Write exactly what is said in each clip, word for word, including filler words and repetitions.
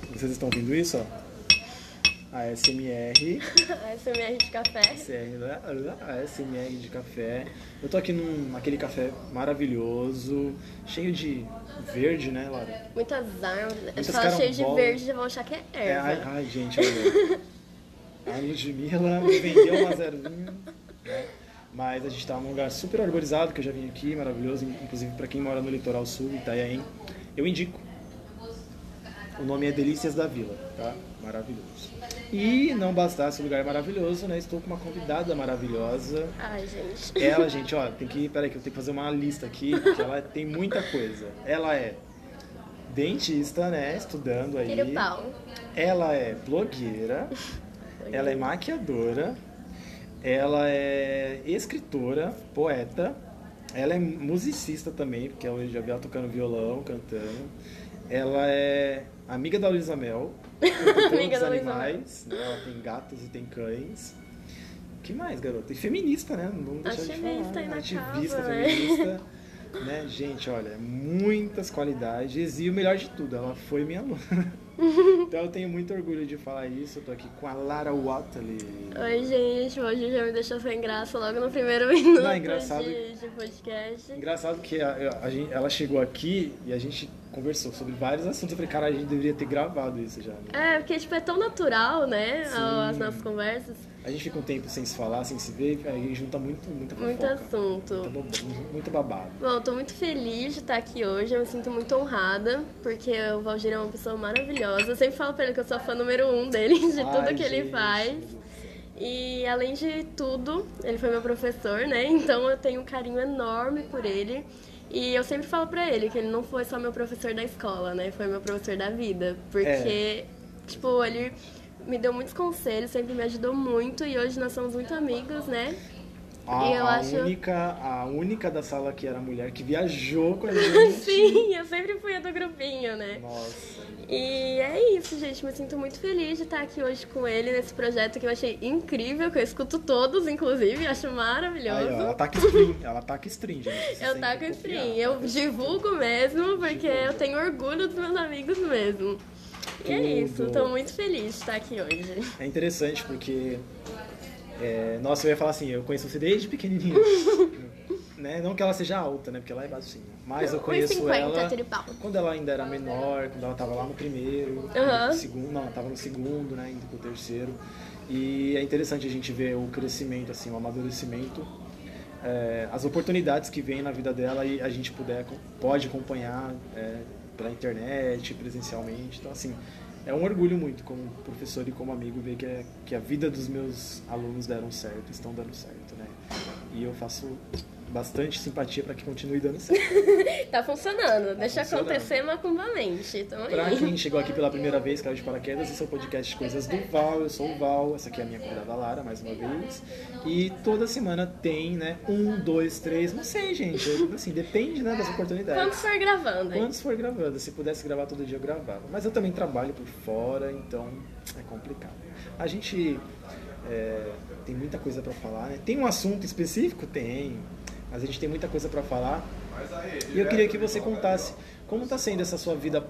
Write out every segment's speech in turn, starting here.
Vocês estão ouvindo isso, ó? A S M R. A S M R de café. A S M R de café. Eu tô aqui num naquele café maravilhoso, cheio de verde, né, Laura? Muitas árvores. Muitas Se fala cheio de carambolas. verde, já vão achar que é É, erva. ai, ai, gente, olha. A Ludmilla me vendeu umas ervinhas, né? Mas a gente tá num lugar super arborizado, que eu já vim aqui, maravilhoso, inclusive para quem mora no litoral sul, Itanhaém. Eu indico. O nome é Delícias da Vila, tá? Maravilhoso. E não bastasse o lugar maravilhoso, né? Estou com uma convidada maravilhosa. Ai, gente. Ela, gente, ó, tem que... Peraí que eu tenho que fazer uma lista aqui, porque ela tem muita coisa. Ela é dentista, né? Estudando aí. Tira o pau. Ela é blogueira. Ela é maquiadora. Ela é escritora, poeta. Ela é musicista também, porque eu já vi ela tocando violão, cantando. Ela é amiga da Luísa Mel, Amiga dos da Luísa animais, né? Ela tem gatos e tem cães. O que mais, garota? E feminista, né? Não vamos deixar Ativista de falar. aí na Ativista, casa, né? feminista. Né? Gente, olha, muitas qualidades e o melhor de tudo, ela foi minha aluna. Então eu tenho muito orgulho de falar isso. Eu tô aqui com a Lara Watley. Oi, gente. Hoje já me deixou sem graça logo no primeiro minuto Não, é engraçado. de, de podcast. Engraçado que a, a gente, ela chegou aqui e a gente conversou sobre vários assuntos. Eu falei, cara, a gente deveria ter gravado isso já. Né? É, porque tipo, é tão natural, né? Sim. As nossas conversas. A gente fica um tempo sem se falar, sem se ver, aí junta muito, muita fofoca. Muito assunto. Muito, bobo- muito babado. Bom, eu tô muito feliz de estar aqui hoje, eu me sinto muito honrada, porque o Valdir é uma pessoa maravilhosa. Eu sempre falo pra ele que eu sou a fã número um dele, de tudo Ai, que ele gente. faz. E além de tudo, ele foi meu professor, né? Então eu tenho um carinho enorme por ele. E eu sempre falo pra ele que ele não foi só meu professor da escola, né? Foi meu professor da vida. Porque, É. tipo, ele me deu muitos conselhos, sempre me ajudou muito e hoje nós somos muito amigos, né? A, E eu a acho- única, a única da sala que era mulher que viajou com a gente. Sim, eu sempre fui a do grupinho, né? Nossa. E é isso, gente. Me sinto muito feliz de estar aqui hoje com ele nesse projeto que eu achei incrível, que eu escuto todos, inclusive, acho maravilhoso. Aí, ó, ela tá com stream, ela tá com stream, gente. Vocês Eu têm taco que stream. copiar. Eu divulgo mesmo, porque Divulga. eu tenho orgulho dos meus amigos mesmo. E é isso, Tudo. tô muito feliz de estar aqui hoje. É interessante porque, é, nossa, eu ia falar assim, eu conheço você desde pequenininha. Né? Não que ela seja alta, né? Porque ela é baixinha. Mas eu conheço um e cinquenta, ela tira o pau. quando ela ainda era menor, quando ela tava lá no primeiro, Aham. no segundo, não, ela tava no segundo, né? Indo pro terceiro. E é interessante a gente ver o crescimento, assim, o amadurecimento, é, as oportunidades que vêm na vida dela e a gente puder, pode acompanhar é, pela internet, presencialmente. Então, assim, é um orgulho muito como professor e como amigo ver que, é, que a vida dos meus alunos deram certo, estão dando certo, né? E eu faço bastante simpatia para que continue dando certo. Tá funcionando, deixa funcionando. acontecer macumbalmente. Então, Pra aí. quem chegou aqui pela primeira vez, caiu de paraquedas, esse é o podcast Coisas do Val, eu sou o Val, essa aqui é a minha convidada Lara, mais uma vez. E toda semana tem, né, um, dois, três, não sei, gente, assim, depende, né, das oportunidades. Quando for gravando, hein? Quantos for gravando, se pudesse gravar todo dia eu gravava. Mas eu também trabalho por fora, então é complicado. A gente é, tem muita coisa pra falar, né? Tem um assunto específico? Tem. Mas a gente tem muita coisa pra falar. E eu queria que você contasse como tá sendo essa sua vida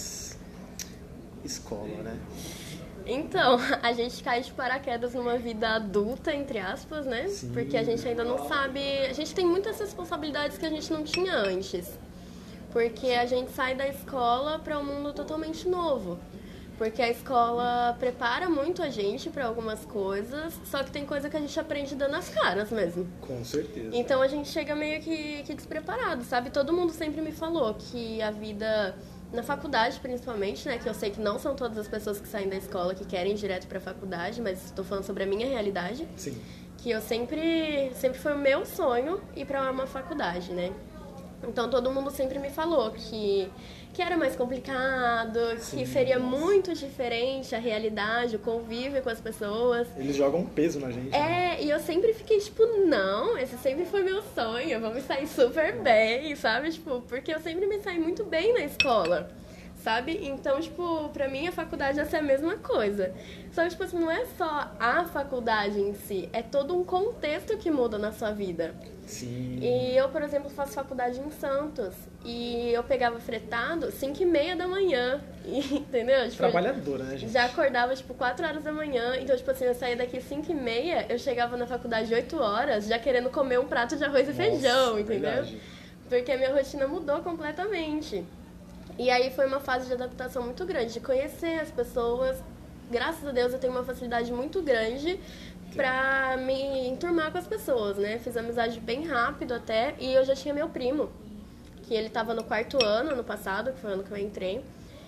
pós-escola, né? Então, a gente cai de paraquedas numa vida adulta, entre aspas, né? Sim. Porque a gente ainda não sabe... A gente tem muitas responsabilidades que a gente não tinha antes. Porque a gente sai da escola para um mundo totalmente novo. Porque a escola prepara muito a gente para algumas coisas, só que tem coisa que a gente aprende dando as caras mesmo. Com certeza. Então a gente chega meio que, que despreparado, sabe? Todo mundo sempre me falou que a vida, na faculdade principalmente, né? Que eu sei que não são todas as pessoas que saem da escola que querem ir direto pra faculdade, mas estou falando sobre a minha realidade. Sim. Que eu sempre, sempre foi o meu sonho ir pra uma faculdade, né? Então todo mundo sempre me falou que, que era mais complicado, Sim, que seria nossa. muito diferente a realidade, o convívio com as pessoas. Eles jogam um peso na gente. né? É, e eu sempre fiquei tipo, não, esse sempre foi meu sonho, eu vou me sair super bem, sabe? Tipo, porque eu sempre me saí muito bem na escola. sabe? Então, tipo, pra mim a faculdade essa é a mesma coisa. Só que, tipo assim, não é só a faculdade em si, é todo um contexto que muda na sua vida. Sim. E eu, por exemplo, faço faculdade em Santos. E eu pegava fretado cinco e meia da manhã. E, entendeu? Tipo, trabalhadora, né, gente? Já acordava, tipo, quatro horas da manhã. Então, tipo assim, eu saía daqui cinco e meia, eu chegava na faculdade oito horas, já querendo comer um prato de arroz e Nossa, feijão, entendeu? verdade. Porque a minha rotina mudou completamente. E aí foi uma fase de adaptação muito grande, de conhecer as pessoas. Graças a Deus eu tenho uma facilidade muito grande pra me enturmar com as pessoas, né? Fiz amizade bem rápido até, e eu já tinha meu primo, que ele tava no quarto ano, ano passado, que foi o ano que eu entrei.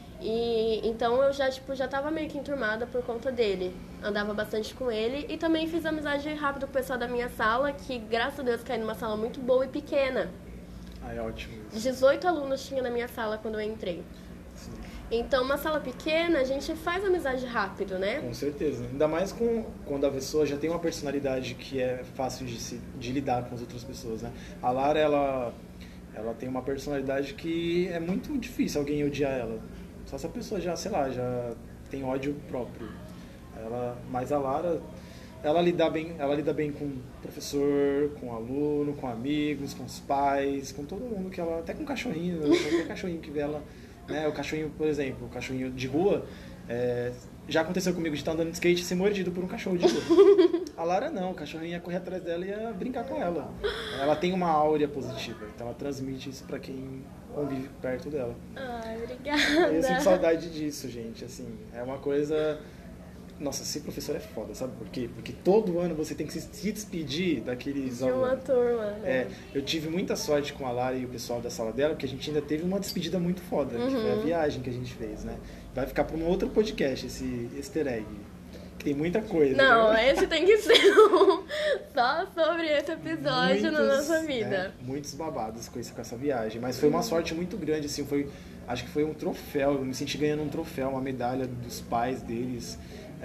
E então eu já, tipo, já tava meio que enturmada por conta dele. Andava bastante com ele e também fiz amizade rápido com o pessoal da minha sala, que graças a Deus caí numa sala muito boa e pequena. Ah, é ótimo isso. dezoito alunos tinha na minha sala quando eu entrei. Sim. Então, uma sala pequena, a gente faz amizade rápido, né? Com certeza. Ainda mais com, quando a pessoa já tem uma personalidade que é fácil de, se, de lidar com as outras pessoas, né? A Lara, ela, ela tem uma personalidade que é muito difícil alguém odiar ela. Só se a pessoa já, sei lá, já tem ódio próprio. Ela, mas a Lara, ela lida bem, ela lida bem com o professor, com o aluno, com amigos, com os pais, com todo mundo que ela, até com o cachorrinho, né? Qualquer cachorrinho que vê ela, né? O cachorrinho, por exemplo, o cachorrinho de rua, é, já aconteceu comigo de estar andando de skate e ser mordido por um cachorro de rua. A Lara não, o cachorrinho ia correr atrás dela e ia brincar com ela. Ela tem uma áurea positiva, então ela transmite isso pra quem convive perto dela. Ai, obrigada. Eu sinto saudade disso, gente, assim, é uma coisa... Nossa, ser professor é foda, sabe por quê? Porque todo ano você tem que se despedir daqueles De uma alunos. turma, né? É, eu tive muita sorte com a Lara e o pessoal da sala dela, porque a gente ainda teve uma despedida muito foda, Uhum. que foi a viagem que a gente fez, né? Vai ficar para um outro podcast, esse easter egg, que tem muita coisa. Não, né? esse tem que ser um só sobre esse episódio Muitos, na nossa vida. né, muitos babados com, esse, com essa viagem, mas foi uma sorte muito grande, assim, foi, acho que foi um troféu, eu me senti ganhando um troféu, uma medalha dos pais deles,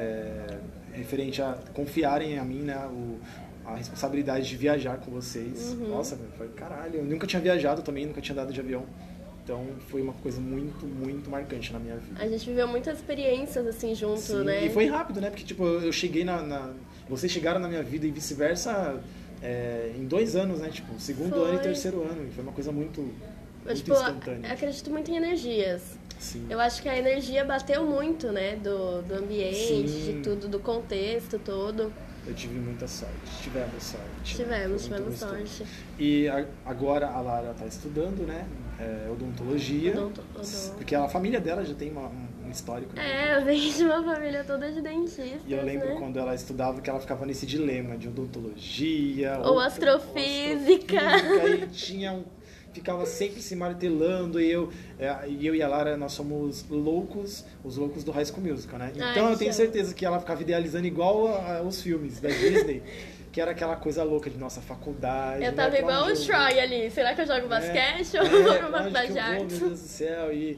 é, referente a confiarem a mim, né, o, a responsabilidade de viajar com vocês. Uhum. Nossa, foi caralho, eu nunca tinha viajado também, nunca tinha andado de avião. Então foi uma coisa muito, muito marcante na minha vida. A gente viveu muitas experiências assim junto, Sim, né? e foi rápido, né? Porque tipo, eu cheguei na... na... Vocês chegaram na minha vida e vice-versa é, em dois anos, né? Tipo, segundo Foi. ano e terceiro ano. E foi uma coisa muito, muito Eu, tipo, instantânea. eu acredito muito em energias. Sim. Eu acho que a energia bateu muito, né? Do, do ambiente, Sim. de tudo, do contexto todo. Eu tive muita sorte. Tivemos sorte. Tivemos, Foi muito tivemos gostoso. sorte. E a, agora a Lara está estudando, né? É, odontologia. Odonto- odonto. Porque a família dela já tem uma, um, um histórico. né? É, eu venho de uma família toda de dentistas, E eu lembro né? quando ela estudava que ela ficava nesse dilema de odontologia Ou ou astrofísica. astrofísica, e tinha um, ficava sempre se martelando, e eu, é, e eu e a Lara, nós somos loucos, os loucos do High School Musical, né? Então Ai, eu tenho chama. certeza que ela ficava idealizando igual a- a- os filmes da Disney, que era aquela coisa louca de nossa faculdade. Eu né? tava Pra igual o onde eu Troy ali. Será que eu jogo É, basquete é, ou vou pra pra onde faculdade que de eu vou, artes? meu Deus do céu, e,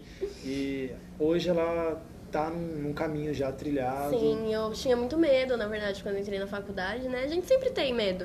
e hoje ela tá num, num caminho já trilhado. Sim, eu tinha muito medo, na verdade, quando eu entrei na faculdade, né? A gente sempre tem medo.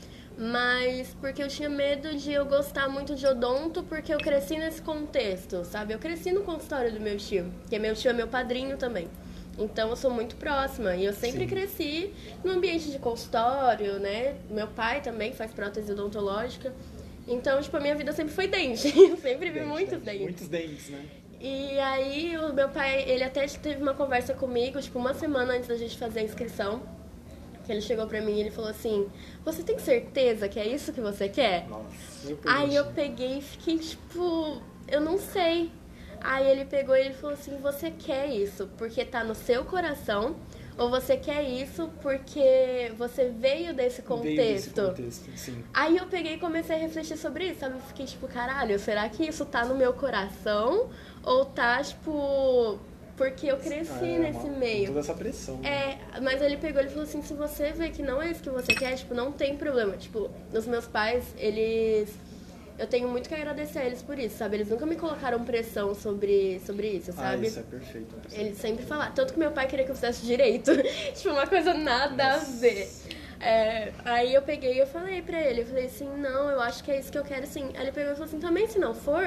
Mas porque eu tinha medo de eu gostar muito de odonto, porque eu cresci nesse contexto, sabe? Eu cresci no consultório do meu tio, que meu tio é meu padrinho também. Então eu sou muito próxima e eu sempre Sim. cresci no ambiente de consultório, né? Meu pai também faz prótese odontológica. Então, tipo, a minha vida sempre foi dente. Eu sempre vi Dente, muitos dente, dentes. Muitos dentes, né? E aí o meu pai, ele até teve uma conversa comigo, tipo, uma semana antes da gente fazer a inscrição. Que ele chegou pra mim e ele falou assim, você tem certeza que é isso que você quer? Nossa, eu Aí eu perdi. peguei e fiquei tipo, eu não sei. Aí ele pegou e ele falou assim, você quer isso porque tá no seu coração ou você quer isso porque você veio desse Veio desse contexto? contexto, sim. Aí eu peguei e comecei a refletir sobre isso, sabe? Eu fiquei tipo, caralho, será que isso tá no meu coração ou tá, tipo, porque eu cresci É, nesse uma- meio? Toda essa pressão. né? É, mas ele pegou e falou assim, se você vê que não é isso que você quer, tipo, não tem problema. Tipo, os meus pais, eles... Eu tenho muito que agradecer a eles por isso, sabe? Eles nunca me colocaram pressão sobre, sobre isso, Ah, sabe? isso é perfeito. né? Eles sempre falaram. Tanto que meu pai queria que eu fizesse direito. Tipo, uma coisa nada a ver. É, aí eu peguei e eu falei pra ele, eu falei assim, não, eu acho que é isso que eu quero sim. Aí ele pegou e falou assim, também se não for,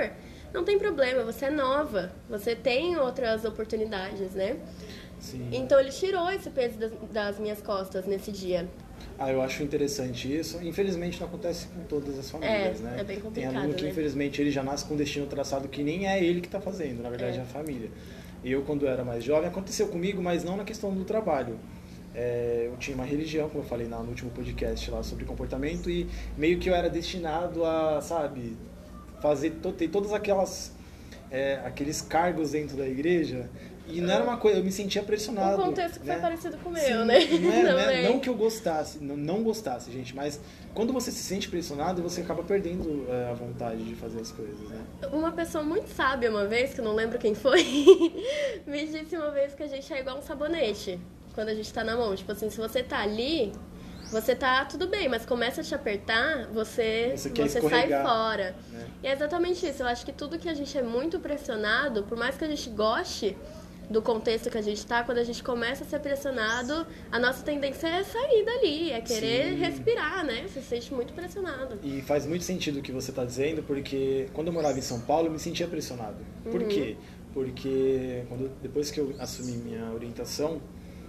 não tem problema, você é nova, você tem outras oportunidades, né? Sim. Então ele tirou esse peso das, das minhas costas nesse dia. Ah, eu acho interessante isso. Infelizmente não acontece com todas as famílias, é, né? É bem complicado, Tem aluno que né? infelizmente ele já nasce com um destino traçado que nem é ele que está fazendo, na verdade é. é a família. Eu, quando era mais jovem, aconteceu comigo, mas não na questão do trabalho. É, eu tinha uma religião, como eu falei no último podcast lá sobre comportamento, e meio que eu era destinado a, sabe, fazer ter todas aquelas é, aqueles cargos dentro da igreja. E não era uma coisa, eu me sentia pressionado. Um contexto que né? foi parecido com o meu, Sim, né? Não, é, não, é, não que eu gostasse, não, não gostasse, gente, mas quando você se sente pressionado, você acaba perdendo é, a vontade de fazer as coisas, né? Uma pessoa muito sábia uma vez, que eu não lembro quem foi, me disse uma vez que a gente é igual um sabonete, quando a gente tá na mão. Tipo assim, se você tá ali, você tá tudo bem, mas começa a te apertar, você, você, você sai fora. Né? E é exatamente isso. Eu acho que tudo que a gente é muito pressionado, por mais que a gente goste do contexto que a gente tá, quando a gente começa a ser pressionado, a nossa tendência é sair dali, é querer Sim. respirar, né? Você se sente muito pressionado. E faz muito sentido o que você tá dizendo, porque quando eu morava em São Paulo, eu me sentia pressionado. Por uhum. quê? Porque quando, depois que eu assumi minha orientação,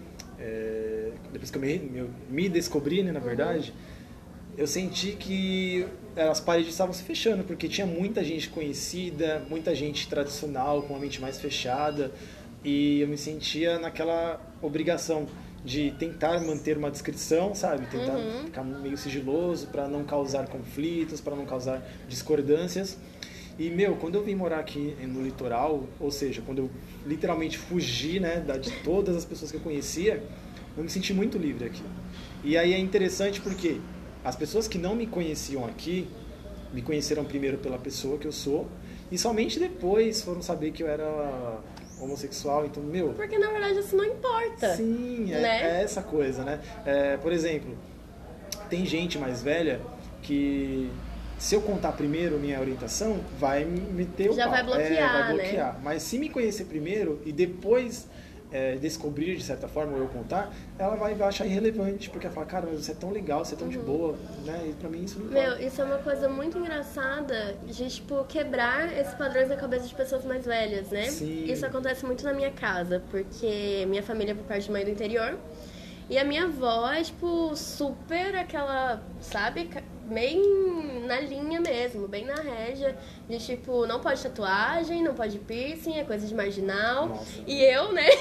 é, depois que eu me, eu me descobri, né, na verdade, uhum. eu senti que as paredes estavam se fechando, porque tinha muita gente conhecida, muita gente tradicional, com a mente mais fechada, e eu me sentia naquela obrigação de tentar manter uma descrição, sabe? Tentar uhum. ficar meio sigiloso para não causar conflitos, para não causar discordâncias. E, meu, quando eu vim morar aqui no litoral, ou seja, quando eu literalmente fugi, né, de todas as pessoas que eu conhecia, eu me senti muito livre aqui. E aí é interessante porque as pessoas que não me conheciam aqui, me conheceram primeiro pela pessoa que eu sou, e somente depois foram saber que eu era homossexual, então, meu... Porque, na verdade, isso não importa. Sim, é, né? é essa coisa, né? É, por exemplo, tem gente mais velha que, se eu contar primeiro minha orientação, vai me meter o Já pau. vai bloquear, é, vai bloquear. né? Mas se me conhecer primeiro e depois é, descobrir, de certa forma, ou eu contar, ela vai, vai achar irrelevante, porque ela fala, cara, mas você é tão legal, você é tão uhum. de boa, né? E pra mim isso não importa. Meu, isso é uma coisa muito engraçada de, tipo, quebrar esses padrões na cabeça de pessoas mais velhas, né? Sim. Isso acontece muito na minha casa, porque minha família é por parte de mãe do interior, e a minha avó é, tipo, super aquela, sabe, bem na linha mesmo, bem na régia, de tipo, não pode tatuagem, não pode piercing, é coisa de marginal. Nossa. E eu, né?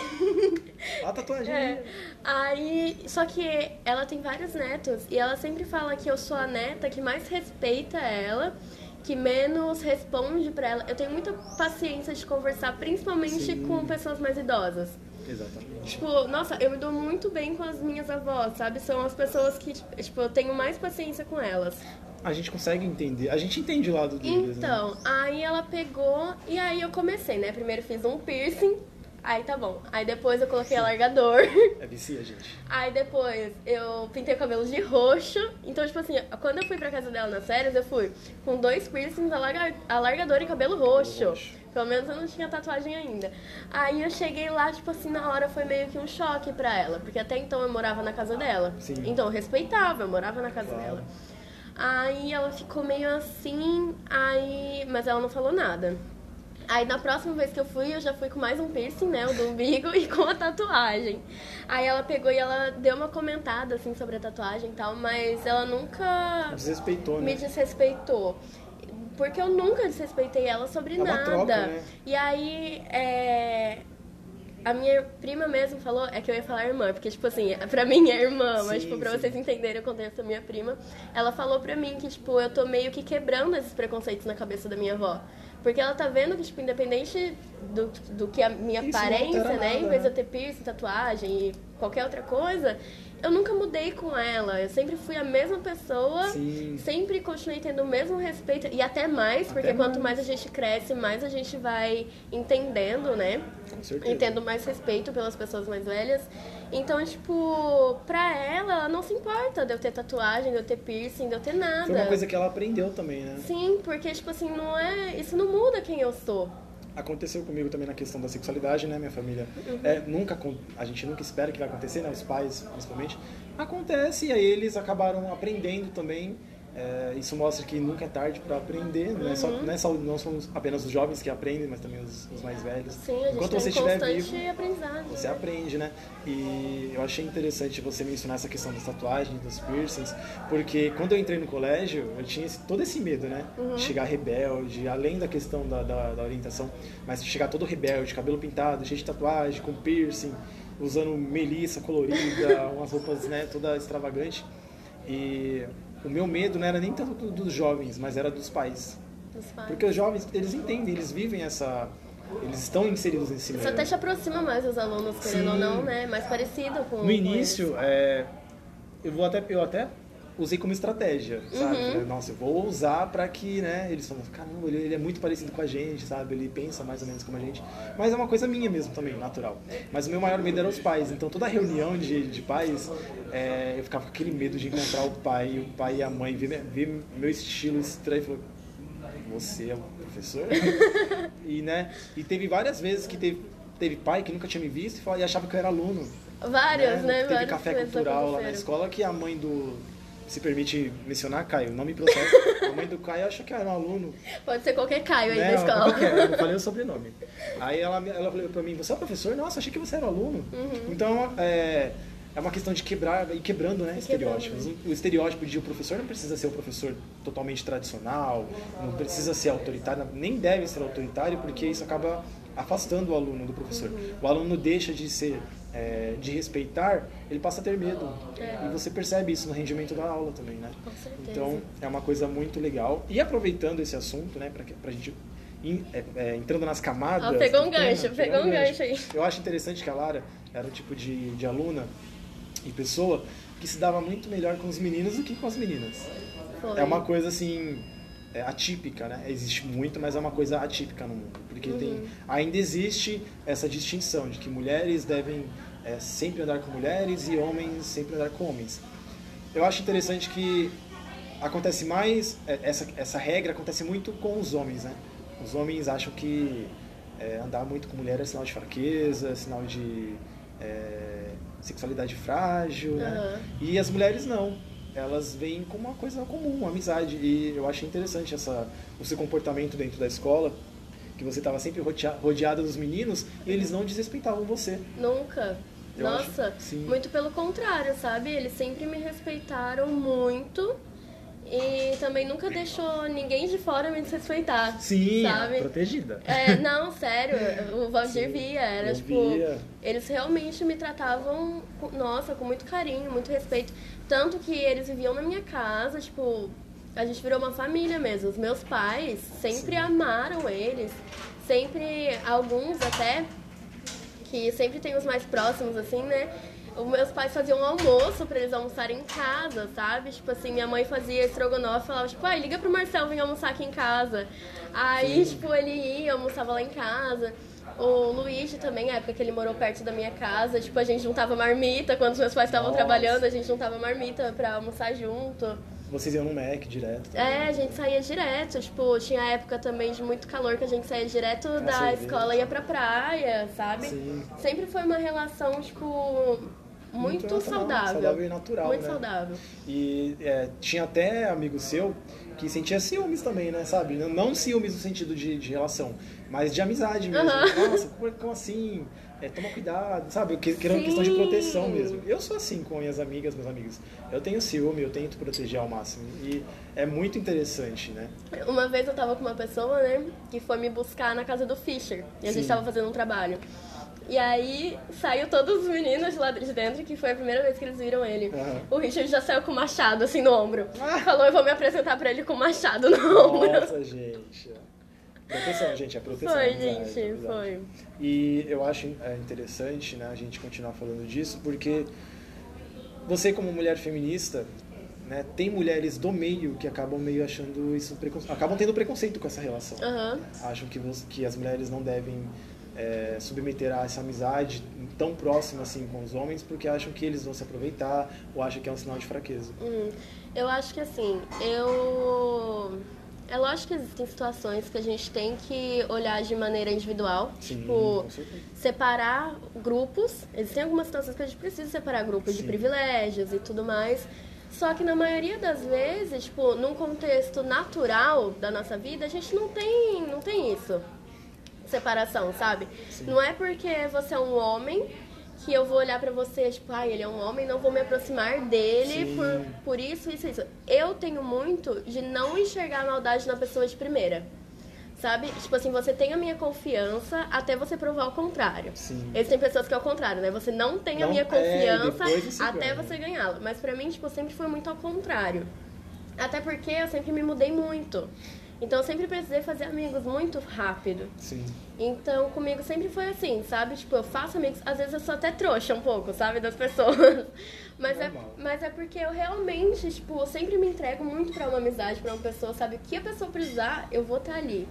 A tatuagem. É. Aí, só que ela tem vários netos e ela sempre fala que eu sou a neta que mais respeita ela, que menos responde pra ela. Eu tenho muita paciência de conversar, principalmente Sim. com pessoas mais idosas. Exatamente. Tipo, nossa, eu me dou muito bem com as minhas avós, sabe? São as pessoas que, tipo, eu tenho mais paciência com elas. A gente consegue entender, a gente entende o lado deles, Então, né? aí ela pegou e aí eu comecei, né? Primeiro fiz um piercing, aí tá bom. Aí depois eu coloquei alargador. É vicia, gente. Aí depois eu pintei o cabelo de roxo. Então, tipo assim, quando eu fui pra casa dela nas férias, eu fui com dois piercings, alarga- alargador e cabelo roxo. Cabelo roxo. Pelo menos eu não tinha tatuagem ainda. Aí eu cheguei lá, tipo assim, na hora foi meio que um choque pra ela. Porque até então eu morava na casa dela. Sim. Então eu respeitava, eu morava na casa claro. dela. Aí ela ficou meio assim, aí... mas ela não falou nada. Aí na próxima vez que eu fui, eu já fui com mais um piercing, né, o do umbigo, e com a tatuagem. Aí ela pegou e ela deu uma comentada, assim, sobre a tatuagem e tal, mas ela nunca... Desrespeitou, me né? desrespeitou. Porque eu nunca desrespeitei ela sobre é uma nada. Troca, né? E aí, é... a minha prima mesmo falou, é que eu ia falar irmã, porque, tipo assim, pra mim é irmã, mas, sim, tipo, pra sim. vocês entenderem o contexto da minha prima, ela falou pra mim que, tipo, eu tô meio que quebrando esses preconceitos na cabeça da minha avó. Porque ela tá vendo que, tipo, independente do, do que a minha Isso aparência, né, nada, em vez de né? eu ter piercing, tatuagem e qualquer outra coisa, eu nunca mudei com ela. Eu sempre fui a mesma pessoa, Sim. sempre continuei tendo o mesmo respeito, e até mais, porque até quanto mais. mais a gente cresce, mais a gente vai entendendo, né? Com certeza. E tendo mais respeito pelas pessoas mais velhas. Então, tipo, pra ela, ela não se importa de eu ter tatuagem, de eu ter piercing, de eu ter nada. Foi uma coisa que ela aprendeu também, né? Sim, porque, tipo assim, não é... isso não muda quem eu sou. Aconteceu comigo também na questão da sexualidade, né, minha família? Uhum. É, nunca, a gente nunca espera que vai acontecer, né? Os pais, principalmente. Acontece, e aí eles acabaram aprendendo também É, isso mostra que nunca é tarde para aprender, não, é só, não, é só, não são apenas os jovens que aprendem, mas também os, os mais velhos. Sim, a gente Enquanto tem você estiver vivo, aprendizado, você né? aprende, né? E eu achei interessante você mencionar essa questão das tatuagens, dos piercings, porque quando eu entrei no colégio, eu tinha esse, todo esse medo, né? Uhum. De chegar rebelde, além da questão da, da, da orientação, mas de chegar todo rebelde, cabelo pintado, cheio de tatuagem, com piercing, usando melissa colorida, umas roupas, né, toda extravagante. E o meu medo não era nem tanto dos jovens, mas era dos pais. Dos pais. Porque os jovens, eles entendem, eles vivem essa... Eles estão inseridos nesse meio. Isso até te aproxima mais dos alunos, querendo Sim. ou não, né? Mais parecido com... No início, é, eu, vou até, eu até usei como estratégia, sabe? Uhum. Nossa, eu vou usar pra que, né, eles falam, caramba, ele, ele é muito parecido com a gente, sabe? Ele pensa mais ou menos como a gente. Mas é uma coisa minha mesmo também, natural. Mas o meu maior medo era os pais. Então toda reunião de, de pais, é, eu ficava com aquele medo de encontrar o pai, o pai e a mãe, ver, ver meu estilo estranho e falar, você é o professor? e, né, e teve várias vezes que teve, teve pai que nunca tinha me visto e, falava, e achava que eu era aluno. Vários, né? né? Teve Várias café coisas cultural lá na aconteceram. escola que a mãe do... Se permite mencionar, Caio, não me processa. A mãe do Caio achou que eu era um aluno. Pode ser qualquer Caio aí né? da escola. Qualquer, eu não falei o sobrenome. Aí ela, ela falou pra mim, você é o professor? Nossa, achei que você era um aluno. Uhum. Então, é, é uma questão de quebrar, e quebrando, né, E estereótipos. quebrando. O estereótipo de o professor não precisa ser um professor totalmente tradicional, não precisa ser autoritário, nem deve ser autoritário, porque isso acaba afastando o aluno do professor. Uhum. O aluno deixa de ser, é, de respeitar, ele passa a ter medo. É. E você percebe isso no rendimento da aula também, né? Com certeza. Então, é uma coisa muito legal. E aproveitando esse assunto, né, pra, que- pra gente... in- é, é, entrando nas camadas... Ó, pegou um do tema, gancho, pegou um gancho aí. Eu acho interessante que a Lara era o tipo de, de aluna e pessoa que se dava muito melhor com os meninos do que com as meninas. Foi. É uma coisa assim, é, atípica, né? Existe muito, mas é uma coisa atípica no mundo. Porque tem, ainda existe essa distinção de que mulheres devem é, sempre andar com mulheres e homens sempre andar com homens. Eu acho interessante que acontece mais, é, essa, essa regra acontece muito com os homens, né? Os homens acham que é, andar muito com mulher é sinal de fraqueza, é sinal de é, sexualidade frágil, né? Uhum. E as mulheres não. Elas veem como uma coisa comum, uma amizade. E eu achei interessante essa, o seu comportamento dentro da escola, que você estava sempre rodea- rodeada dos meninos e eles não desrespeitavam você. Nunca. Eu Nossa, acho- sim. muito pelo contrário, sabe? Eles sempre me respeitaram muito e também nunca deixou ninguém de fora me desrespeitar, Sim, sabe? protegida. É, não, sério, o Valdir Sim, via, era eu tipo, via. eles realmente me tratavam, com- nossa, com muito carinho, muito respeito, tanto que eles viviam na minha casa, tipo, a gente virou uma família mesmo, os meus pais sempre Sim. amaram eles, sempre, alguns até, que sempre tem os mais próximos, assim, né? Os meus pais faziam um almoço pra eles almoçarem em casa, sabe? Tipo assim, minha mãe fazia estrogonofe e falava, tipo, ai, liga pro Marcelo vir almoçar aqui em casa. Aí, Sim. tipo, ele ia, almoçava lá em casa. O Luigi também, na época que ele morou perto da minha casa, tipo, a gente juntava marmita, quando os meus pais estavam Nossa. trabalhando, a gente juntava marmita pra almoçar junto. Vocês iam no Mac direto. É, a gente saía direto, tipo, tinha época também de muito calor que a gente saía direto da cerveja. escola e ia pra praia, sabe? Sim. Sempre foi uma relação, tipo, muito, natural, saudável. saudável e natural, Muito né? saudável. E é, tinha até amigo seu que sentia ciúmes também, né, sabe? Não- Não ciúmes no sentido de, de relação, mas de amizade mesmo. Aham. Nossa, como, como assim? É, toma cuidado, sabe? Que, que era uma Sim. questão de proteção mesmo. Eu sou assim com minhas amigas, meus amigos. Eu tenho ciúme, eu tento proteger ao máximo. E é muito interessante, né? Uma vez eu tava com uma pessoa, né, que foi me buscar na casa do Fischer. E a Sim. gente tava fazendo um trabalho. E aí saiu todos os meninos de lá de dentro, que foi a primeira vez que eles viram ele. Aham. O Richard já saiu com o machado, assim, no ombro. Ah. Falou, eu vou me apresentar pra ele com o machado no ombro. Nossa, gente. Proteção, gente, é proteção. Foi, amizade, gente, amizade. foi. E eu acho é, interessante, né, a gente continuar falando disso, porque você como mulher feminista, né, tem mulheres do meio que acabam meio achando isso, precon... acabam tendo preconceito com essa relação. Aham. Acham que, você, que as mulheres não devem é, submeter a essa amizade tão próxima assim com os homens, porque acham que eles vão se aproveitar ou acham que é um sinal de fraqueza. Hum, eu acho que assim, eu... É lógico que existem situações que a gente tem que olhar de maneira individual, Sim, tipo, com certeza. separar grupos. Existem algumas situações que a gente precisa separar grupos Sim. de privilégios e tudo mais, Só que na maioria das vezes, tipo, num contexto natural da nossa vida, a gente não tem, não tem isso. Separação, sabe? Sim. Não é porque você é um homem que eu vou olhar pra você, tipo, ah, ele é um homem, não vou me aproximar dele por, por isso, isso, isso. Eu tenho muito de não enxergar a maldade na pessoa de primeira. Sabe? Tipo assim, você tem a minha confiança até você provar o contrário. Sim. Existem pessoas que é o contrário, né? Você não tem não, a minha confiança é, você até ganha. você ganhá-la. Mas pra mim, tipo, sempre foi muito ao contrário. Até porque eu sempre me mudei muito. Então eu sempre precisei fazer amigos muito rápido. Sim. Então comigo sempre foi assim, sabe? Tipo, eu faço amigos, às vezes eu sou até trouxa um pouco, sabe? Das pessoas. Mas é, mas é porque eu realmente, tipo, eu sempre me entrego muito pra uma amizade, pra uma pessoa, sabe? O que a pessoa precisar, eu vou estar ali.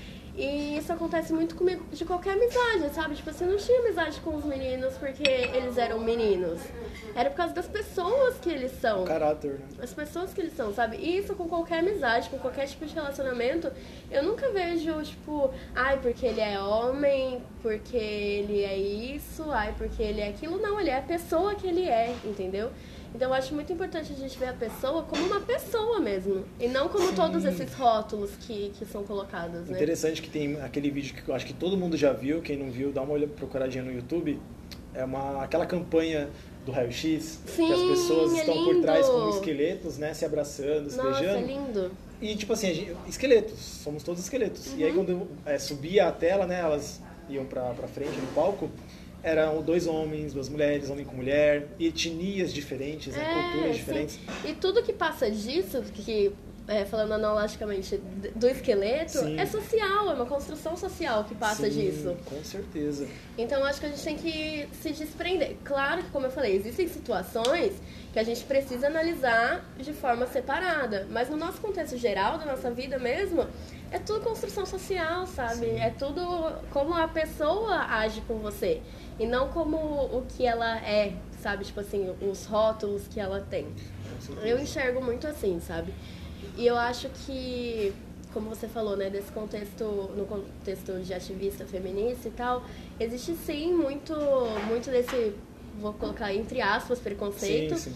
E isso acontece muito comigo de qualquer amizade, sabe? Tipo assim, eu não tinha amizade com os meninos porque eles eram meninos. Era por causa das pessoas que eles são. O caráter, né? As pessoas que eles são, sabe? E isso com qualquer amizade, com qualquer tipo de relacionamento, eu nunca vejo, tipo, ai, porque ele é homem, porque ele é isso, ai, porque ele é aquilo. Não, ele é a pessoa que ele é, entendeu? Então eu acho muito importante a gente ver a pessoa como uma pessoa mesmo. E não como Sim. todos esses rótulos que, que são colocados, né? Interessante que tem aquele vídeo que eu acho que todo mundo já viu. Quem não viu, dá uma olhada, procuradinha no YouTube. É uma, aquela campanha do raio-x, que as pessoas é estão lindo. por trás como esqueletos, né? Se abraçando, se Nossa, beijando. É lindo. E tipo assim, a gente, esqueletos, somos todos esqueletos. Uhum. E aí quando é, subia a tela, né? Elas iam pra, pra frente no palco. Eram dois homens, duas mulheres, homem com mulher, etnias diferentes, né, é, culturas diferentes. Sim. E tudo que passa disso, que é, falando analogicamente do esqueleto, sim. é social, é uma construção social que passa sim, disso. Com certeza. Então acho que a gente tem que se desprender. Claro que, como eu falei, existem situações que a gente precisa analisar de forma separada, mas no nosso contexto geral, da nossa vida mesmo, é tudo construção social, sabe? Sim. É tudo como a pessoa age com você. E não como o que ela é, sabe? Tipo assim, os rótulos que ela tem. Eu enxergo muito assim, sabe? E eu acho que, como você falou, né? Desse contexto, no contexto de ativista feminista e tal, existe sim muito, muito desse, vou colocar entre aspas, preconceito. Sim, sim.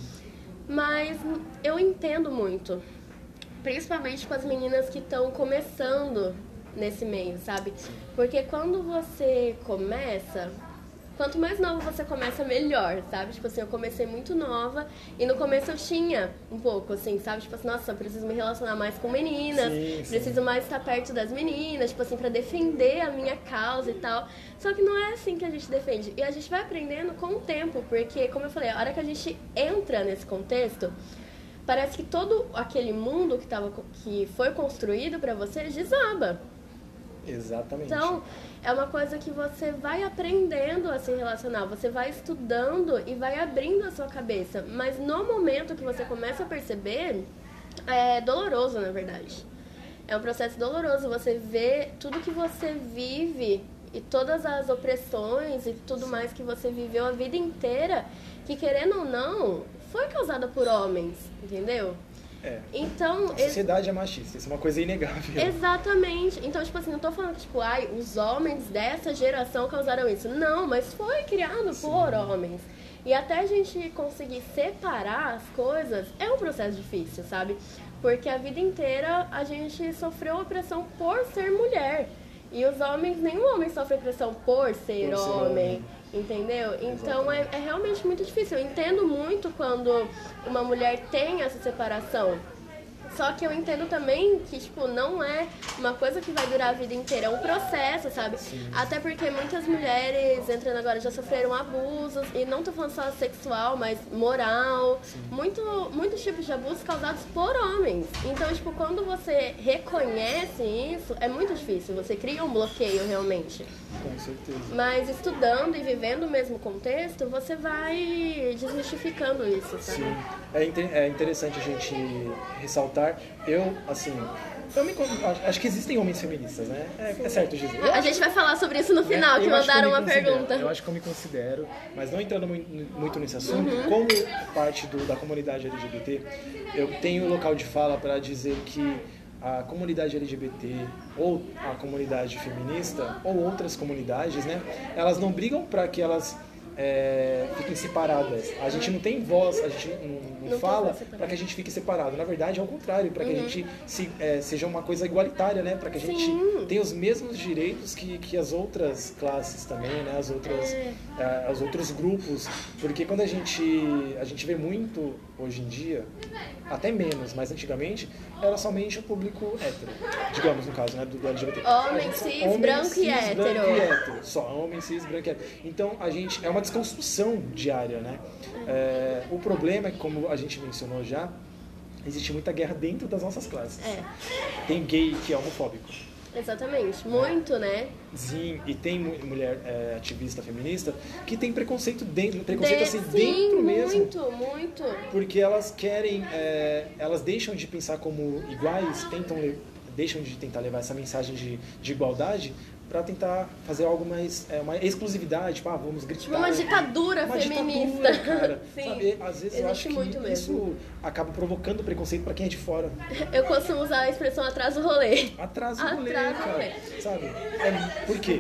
Mas eu entendo muito. Principalmente com as meninas que estão começando nesse meio, sabe? Porque quando você começa... Quanto mais novo você começa, melhor, sabe? Tipo assim, eu comecei muito nova e no começo eu tinha um pouco, assim, sabe? Tipo assim, nossa, eu preciso me relacionar mais com meninas, sim, sim. preciso mais estar perto das meninas, tipo assim, pra defender a minha causa e tal. Só que não é assim que a gente defende. E a gente vai aprendendo com o tempo, porque, como eu falei, a hora que a gente entra nesse contexto, parece que todo aquele mundo que, tava, que foi construído pra você desaba. Exatamente. Então, é uma coisa que você vai aprendendo a se relacionar, você vai estudando e vai abrindo a sua cabeça. Mas no momento que você começa a perceber, é doloroso, na verdade. É um processo doloroso, você vê tudo que você vive e todas as opressões e tudo mais que você viveu a vida inteira, que querendo ou não, foi causada por homens, entendeu? É. Então, a sociedade é machista, isso é uma coisa inegável. Exatamente. Então, tipo assim, não tô falando que, tipo, ai, os homens dessa geração causaram isso. Não, mas foi criado Sim. por homens. E até a gente conseguir separar as coisas é um processo difícil, sabe? Porque a vida inteira a gente sofreu opressão por ser mulher. E os homens, nenhum homem sofre opressão por ser, por ser homem. homem. Entendeu? Então é, é realmente muito difícil. Eu entendo muito quando uma mulher tem essa separação. Só que eu entendo também que, tipo, não é uma coisa que vai durar a vida inteira. É um processo, sabe? Sim. Até porque muitas mulheres, entrando agora, já sofreram abusos. E não tô falando só sexual, mas moral. Muito, muitos tipos de abusos causados por homens. Então, tipo, quando você reconhece isso, é muito difícil. Você cria um bloqueio, realmente. Com certeza. Mas estudando e vivendo o mesmo contexto, você vai desmistificando isso, sabe? Sim. É, é interessante a gente ressaltar. Eu, assim, eu me, acho que existem homens feministas, né? É, é certo dizer. A gente vai falar sobre isso no final, é, que mandaram uma pergunta. Eu acho que eu me considero, mas não entrando muito nesse assunto, uhum. como parte do, da comunidade L G B T, eu tenho local de fala para dizer que a comunidade L G B T ou a comunidade feminista ou outras comunidades, né? Elas não brigam para que elas é, fiquem separadas. A gente não tem voz, a gente não, não, não fala para que a gente fique separado. Na verdade, é o contrário, para que uhum. a gente se, é, seja uma coisa igualitária, né? Para que a gente Sim. tenha os mesmos direitos que, que as outras classes também, né? As outras, é. é, os outros grupos. Porque quando a gente, a gente vê muito hoje em dia, até menos, mas antigamente, era somente o público hétero, digamos no caso, né? Do, do L G B T. Homem, cis, homem, branco cis, e hétero. Branco e hétero. Só homem, cis, branco e hétero. Então, a gente, é uma desconstrução diária, né? É, o problema é que, como a gente mencionou já, existe muita guerra dentro das nossas classes. É. Tem gay que é homofóbico. Exatamente, muito, é. né? Sim, e tem mulher é, ativista feminista que tem preconceito dentro, preconceito de, assim, sim, dentro mesmo. Muito, muito. Porque elas querem, é, elas deixam de pensar como iguais, tentam, deixam de tentar levar essa mensagem de, de igualdade para tentar fazer algo mais, é, uma exclusividade, tipo, ah, vamos gritar. Uma ditadura uma feminista. Ditadura, cara. Sim, sabe? Às vezes eu acho que muito isso mesmo. acaba provocando preconceito para quem é de fora. Eu costumo usar a expressão atrás do rolê. Atrás do rolê, atrás do cara. rolê. Sabe? É, por quê?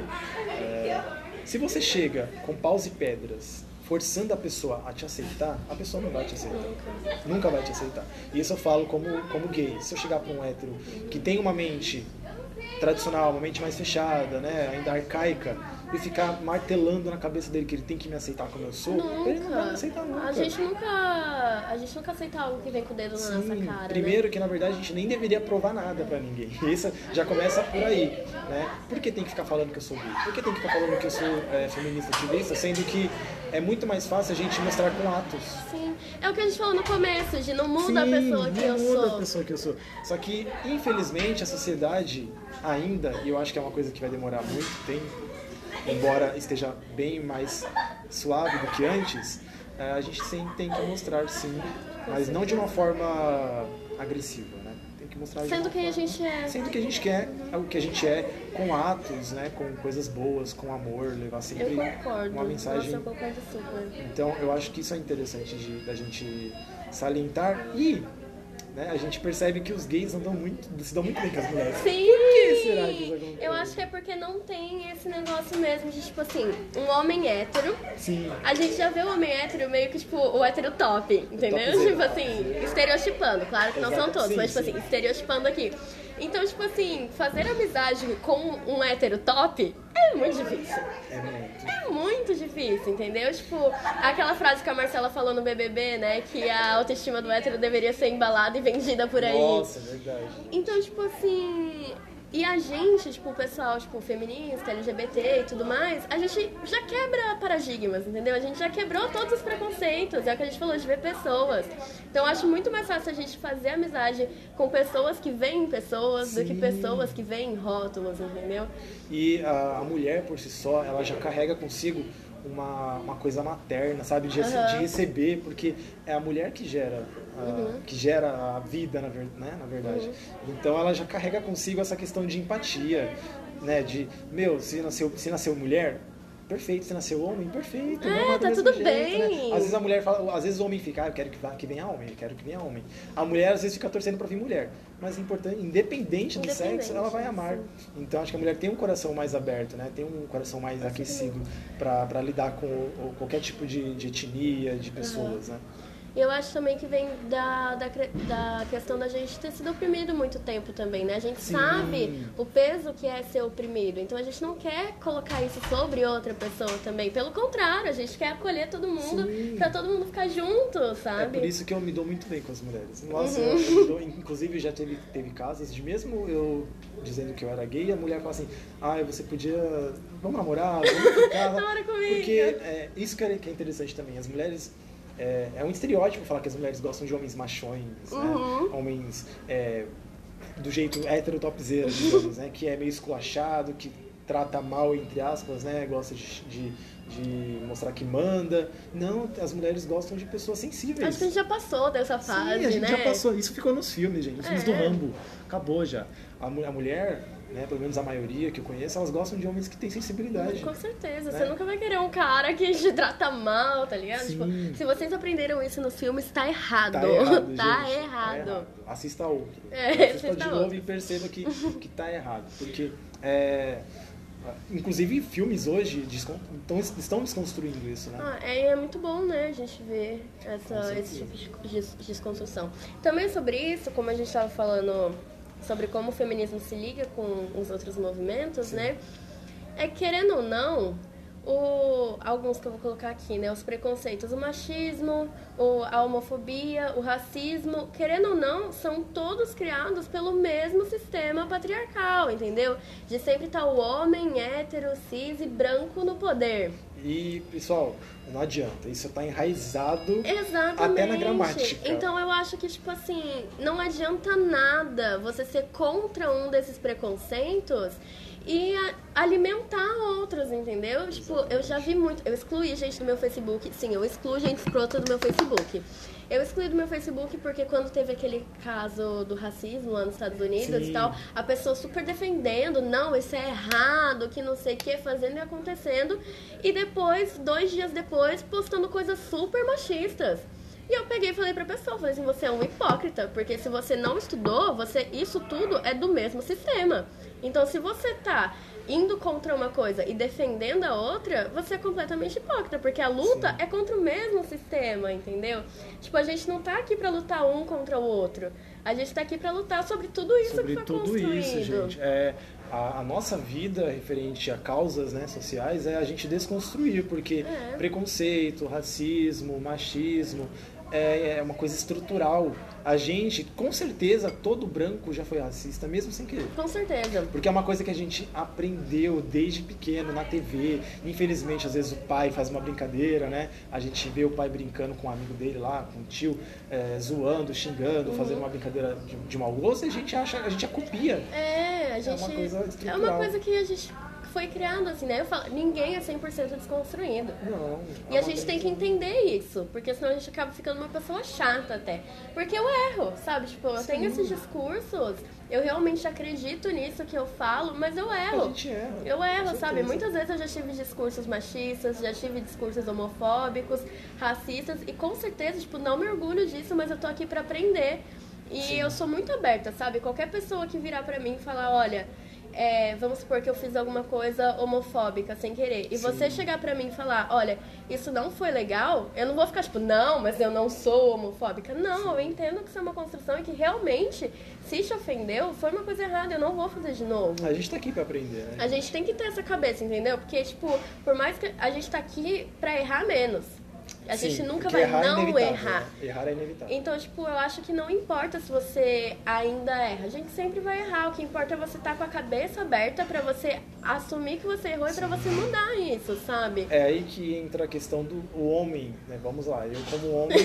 É, se você chega com paus e pedras forçando a pessoa a te aceitar, a pessoa não vai te aceitar. Nunca, Nunca vai te aceitar. E isso eu falo como, como gay. Se eu chegar para um hétero que tem uma mente tradicional, uma mente mais fechada, né, ainda arcaica, e ficar martelando na cabeça dele que ele tem que me aceitar como eu sou, nunca. ele não vai me aceitar nunca. A gente nunca, a gente nunca aceita algo que vem com o dedo Sim, na nossa cara, primeiro né? que, na verdade, a gente nem deveria provar nada pra ninguém. Isso já começa por aí, né? Por que tem que ficar falando que eu sou gay? Por que tem que ficar falando que eu sou é, feminista ativista, sendo que é muito mais fácil a gente mostrar com atos? Sim, é o que a gente falou no começo, de não muda Sim, a pessoa que não eu muda sou. a pessoa que eu sou. Só que, infelizmente, a sociedade ainda, e eu acho que é uma coisa que vai demorar muito tempo, embora esteja bem mais suave do que antes, a gente sempre tem que mostrar sim, mas não de uma forma agressiva, né? Tem que mostrar Sendo de quem a forma, gente é. sendo que a gente quer, o que a gente é, com atos, né? Com coisas boas, com amor, levar sempre Eu concordo. uma mensagem. Nossa, eu concordo super. Então, eu acho que isso é interessante de, da gente salientar e né, a gente percebe que os gays não dão muito, se dão muito bem com as mulheres. Sim! Por que será que isso acontece? Eu acho que é porque não tem esse negócio mesmo de, tipo assim, um homem hétero. Sim. A gente já vê o homem hétero meio que, tipo, o hétero top, entendeu? Top tipo assim, estereotipando. Claro que não Exato. são todos, Sim, mas, tipo sim. assim, estereotipando aqui. Então, tipo assim, fazer amizade com um hétero top é muito difícil. É muito. É muito difícil, entendeu? Tipo, aquela frase que a Marcela falou no B B B, né? Que a autoestima do hétero deveria ser embalada e vendida por aí. Nossa, é verdade. Então, tipo assim... E a gente, tipo, o pessoal, tipo, feminista, L G B T e tudo mais, a gente já quebra paradigmas, entendeu? A gente já quebrou todos os preconceitos, é o que a gente falou, de ver pessoas. Então, eu acho muito mais fácil a gente fazer amizade com pessoas que veem pessoas Sim. do que pessoas que veem rótulos, entendeu? E a, a mulher, por si só, ela já carrega consigo uma, uma coisa materna, sabe? De, Uhum. de receber, porque é a mulher que gera, a, Uhum. que gera a vida, na, ver, né? na verdade. Uhum. Então ela já carrega consigo essa questão de empatia, né? De, meu, se nasceu, se nasceu mulher, perfeito, se nasceu homem, perfeito. É, vamos lá do tá mesmo tudo jeito, bem. Né? Às vezes a mulher fala, às vezes o homem fica, ah, eu quero que, vá, que venha homem, eu quero que venha homem. A mulher às vezes fica torcendo pra vir mulher, mas importante, independente do Independente, sexo, ela vai amar. sim. Então acho que a mulher tem um coração mais aberto, né? Tem um coração mais aquecido pra, pra lidar com o, qualquer tipo de, de etnia, de pessoas, né? E eu acho também que vem da, da, da questão da gente ter sido oprimido muito tempo também, né? A gente Sim. sabe o peso que é ser oprimido, então a gente não quer colocar isso sobre outra pessoa também. Pelo contrário, a gente quer acolher todo mundo, Sim. pra todo mundo ficar junto, É sabe? por isso que eu me dou muito bem com as mulheres. Nossa, Uhum. eu, eu me dou, inclusive já teve, teve casos de mesmo eu dizendo que eu era gay, a mulher fala assim, ah, você podia, vamos namorar, vamos ficar. Namora comigo. Porque é, isso que é, que é interessante também, as mulheres... É, é um estereótipo falar que as mulheres gostam de homens machões, Uhum. né? Homens é, do jeito hétero topzera, digamos, né? Que é meio esculachado, que trata mal, entre aspas, né? Gosta de, de, de mostrar que manda. Não, as mulheres gostam de pessoas sensíveis. Acho que a gente já passou dessa fase, Sim, a gente né? já passou. Isso ficou nos filmes, gente. Nos filmes do É. Rambo. Acabou já. A, mu- a mulher, né, pelo menos a maioria que eu conheço, elas gostam de homens que têm sensibilidade. Com certeza, né? você nunca vai querer um cara que te trata mal, tá ligado? Sim. Tipo, se vocês aprenderam isso nos filmes, tá errado. Tá errado, Tá gente. errado. Tá errado. Assista outro. É, Assista assista de novo outro. e perceba que, que tá errado. Porque é, Inclusive, filmes hoje descon- então, estão desconstruindo isso, né? Ah, é, é muito bom, né, a gente ver essa, esse tipo de des- desconstrução. Também sobre isso, como a gente estava falando sobre como o feminismo se liga com os outros movimentos, Sim. né? É querendo ou não, o, alguns que eu vou colocar aqui, né? Os preconceitos, o machismo, o, a homofobia, o racismo, querendo ou não, são todos criados pelo mesmo sistema patriarcal, entendeu? De sempre estar o homem hétero, cis e branco no poder. E, pessoal, não adianta, isso tá enraizado Exatamente. até na gramática. Então eu acho que, tipo assim, não adianta nada você ser contra um desses preconceitos e a- alimentar outros, entendeu? Tipo, eu já vi muito. Eu excluí gente do meu Facebook. Sim, eu excluo gente escrota do meu Facebook. Eu excluí do meu Facebook porque quando teve aquele caso do racismo lá nos Estados Unidos Sim. e tal, a pessoa super defendendo, não, isso é errado, que não sei o que, fazendo e acontecendo. E depois, dois dias depois, postando coisas super machistas. E eu peguei e falei pra pessoa, falei assim, você é um hipócrita, porque se você não estudou, você, isso tudo é do mesmo sistema. Então, se você tá indo contra uma coisa e defendendo a outra, você é completamente hipócrita, porque a luta Sim. é contra o mesmo sistema, entendeu? Tipo, a gente não tá aqui pra lutar um contra o outro. A gente tá aqui pra lutar sobre tudo isso Sobre que foi tudo construído. isso, gente. É, a, a nossa vida referente a causas, né, sociais é a gente desconstruir, porque É. preconceito, racismo, machismo é, é uma coisa estrutural. A gente, com certeza, todo branco já foi racista, mesmo sem querer. Com certeza. Porque é uma coisa que a gente aprendeu desde pequeno na T V. Infelizmente, às vezes o pai faz uma brincadeira, né? A gente vê o pai brincando com um amigo dele lá, com o tio, é, zoando, xingando, fazendo uma brincadeira de, de mau gosto, e a gente acha, a gente a copia. É, a gente. uma coisa é uma estrutural. coisa que a gente foi criado assim, né? Eu falo, ninguém é cem por cento desconstruído. Não. E a gente tem que entender isso, porque senão a gente acaba ficando uma pessoa chata até. Porque eu erro, sabe? Tipo, eu Sim. tenho esses discursos, eu realmente acredito nisso que eu falo, mas eu erro. A gente erra. Eu erro, com sabe? certeza. Muitas vezes eu já tive discursos machistas, já tive discursos homofóbicos, racistas, e com certeza, tipo, não me orgulho disso, mas eu tô aqui pra aprender. E Sim. eu sou muito aberta, sabe? Qualquer pessoa que virar pra mim e falar, olha, é, vamos supor que eu fiz alguma coisa homofóbica sem querer, e Sim. você chegar pra mim e falar, olha, isso não foi legal, eu não vou ficar tipo, não, mas eu não sou homofóbica. Não, eu entendo que isso é uma construção e que realmente, se te ofendeu, foi uma coisa errada, eu não vou fazer de novo. A gente tá aqui pra aprender, né? A gente tem que ter essa cabeça, entendeu? Porque, tipo, por mais que a gente tá aqui pra errar menos, a Sim, gente nunca porque vai errar é não inevitável, errar. né? Errar é inevitável. Então, tipo, eu acho que não importa se você ainda erra. A gente sempre vai errar. O que importa é você estar com a cabeça aberta pra você assumir que você errou e pra você mudar isso, sabe? É aí que entra a questão do o homem, né? Vamos lá, eu como homem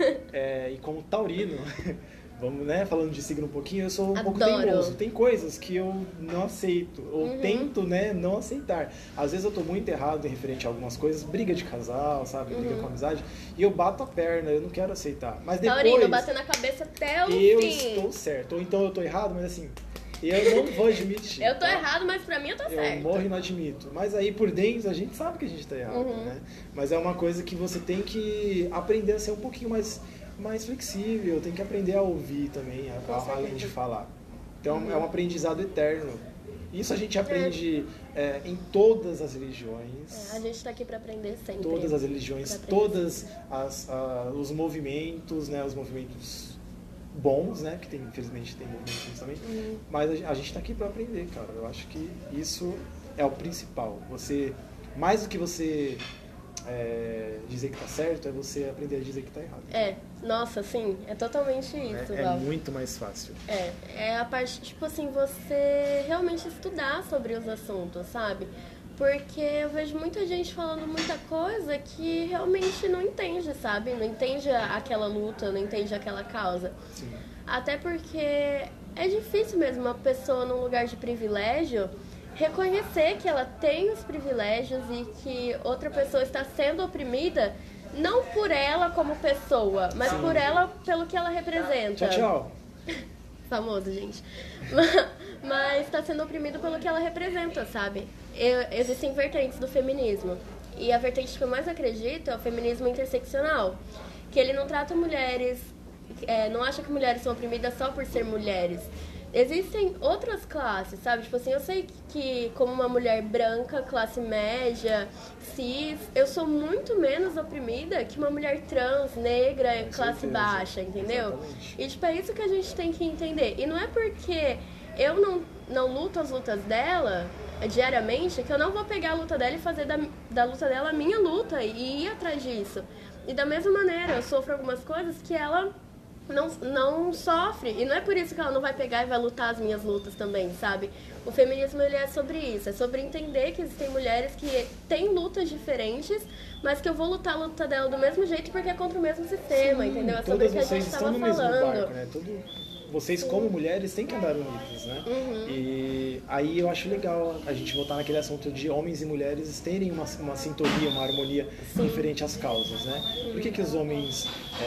é, e como taurino, vamos, né, falando de signo um pouquinho, eu sou um pouco Adoro. teimoso. Tem coisas que eu não aceito, ou Uhum. tento, né, não aceitar. Às vezes eu tô muito errado em referente a algumas coisas, briga de casal, sabe, briga Uhum. com amizade, e eu bato a perna, eu não quero aceitar. Mas depois Taurino, bater na cabeça até o eu fim. estou certo, ou então eu tô errado, mas assim, eu não vou admitir. Eu tô tá? errado, mas pra mim eu tô Eu certo. morro e não admito. Mas aí por dentro a gente sabe que a gente tá errado, Uhum. né? Mas é uma coisa que você tem que aprender a ser um pouquinho mais, mais flexível, tem que aprender a ouvir também, a- Com a- certeza. além de falar. Então Uhum. é um aprendizado eterno. Isso a gente aprende é, em todas as religiões. É, a gente tá aqui pra aprender sempre. Todas as religiões, Pra aprender todos os movimentos, né, os movimentos bons, né, que tem, infelizmente tem movimentos ruins também, Uhum. mas a, a gente tá aqui para aprender, cara. Eu acho que isso é o principal. Você, mais do que você é, dizer que tá certo, é você aprender a dizer que tá errado. É, nossa, sim, é totalmente isso, É, é Val. muito mais fácil. É, é a parte, tipo assim, você realmente estudar sobre os assuntos, sabe? Porque eu vejo muita gente falando muita coisa que realmente não entende, sabe? Não entende a- aquela luta, não entende aquela causa. Sim. Até porque é difícil mesmo uma pessoa num lugar de privilégio reconhecer que ela tem os privilégios e que outra pessoa está sendo oprimida, não por ela como pessoa, mas Sim. por ela pelo que ela representa. Tchau, tchau. Famoso, gente. Mas está sendo oprimido pelo que ela representa, sabe? Eu- existem vertentes do feminismo. E a vertente que eu mais acredito é o feminismo interseccional. Que ele não trata mulheres... é, não acha que mulheres são oprimidas só por ser mulheres. existem outras classes, sabe? Tipo assim, eu sei que como uma mulher branca, classe média, cis, eu sou muito menos oprimida que uma mulher trans, negra, Com classe certeza. baixa, entendeu? Exatamente. E tipo, é isso que a gente tem que entender. E não é porque eu não, não luto as lutas dela diariamente que eu não vou pegar a luta dela e fazer da, da luta dela a minha luta e ir atrás disso. E da mesma maneira, eu sofro algumas coisas que ela não, não sofre. E não é por isso que ela não vai pegar e vai lutar as minhas lutas também, sabe? O feminismo, ele é sobre isso. É sobre entender que existem mulheres que têm lutas diferentes, mas que eu vou lutar a luta dela do mesmo jeito porque é contra o mesmo sistema, Sim, entendeu? É sobre o todas que a vocês gente estão estava no mesmo falando. barco, né? Todo, vocês, como mulheres, têm que andar unidas, né? Uhum. E aí eu acho legal a gente voltar naquele assunto de homens e mulheres terem uma, uma sintonia, uma harmonia diferente às causas, né? Por que que os homens...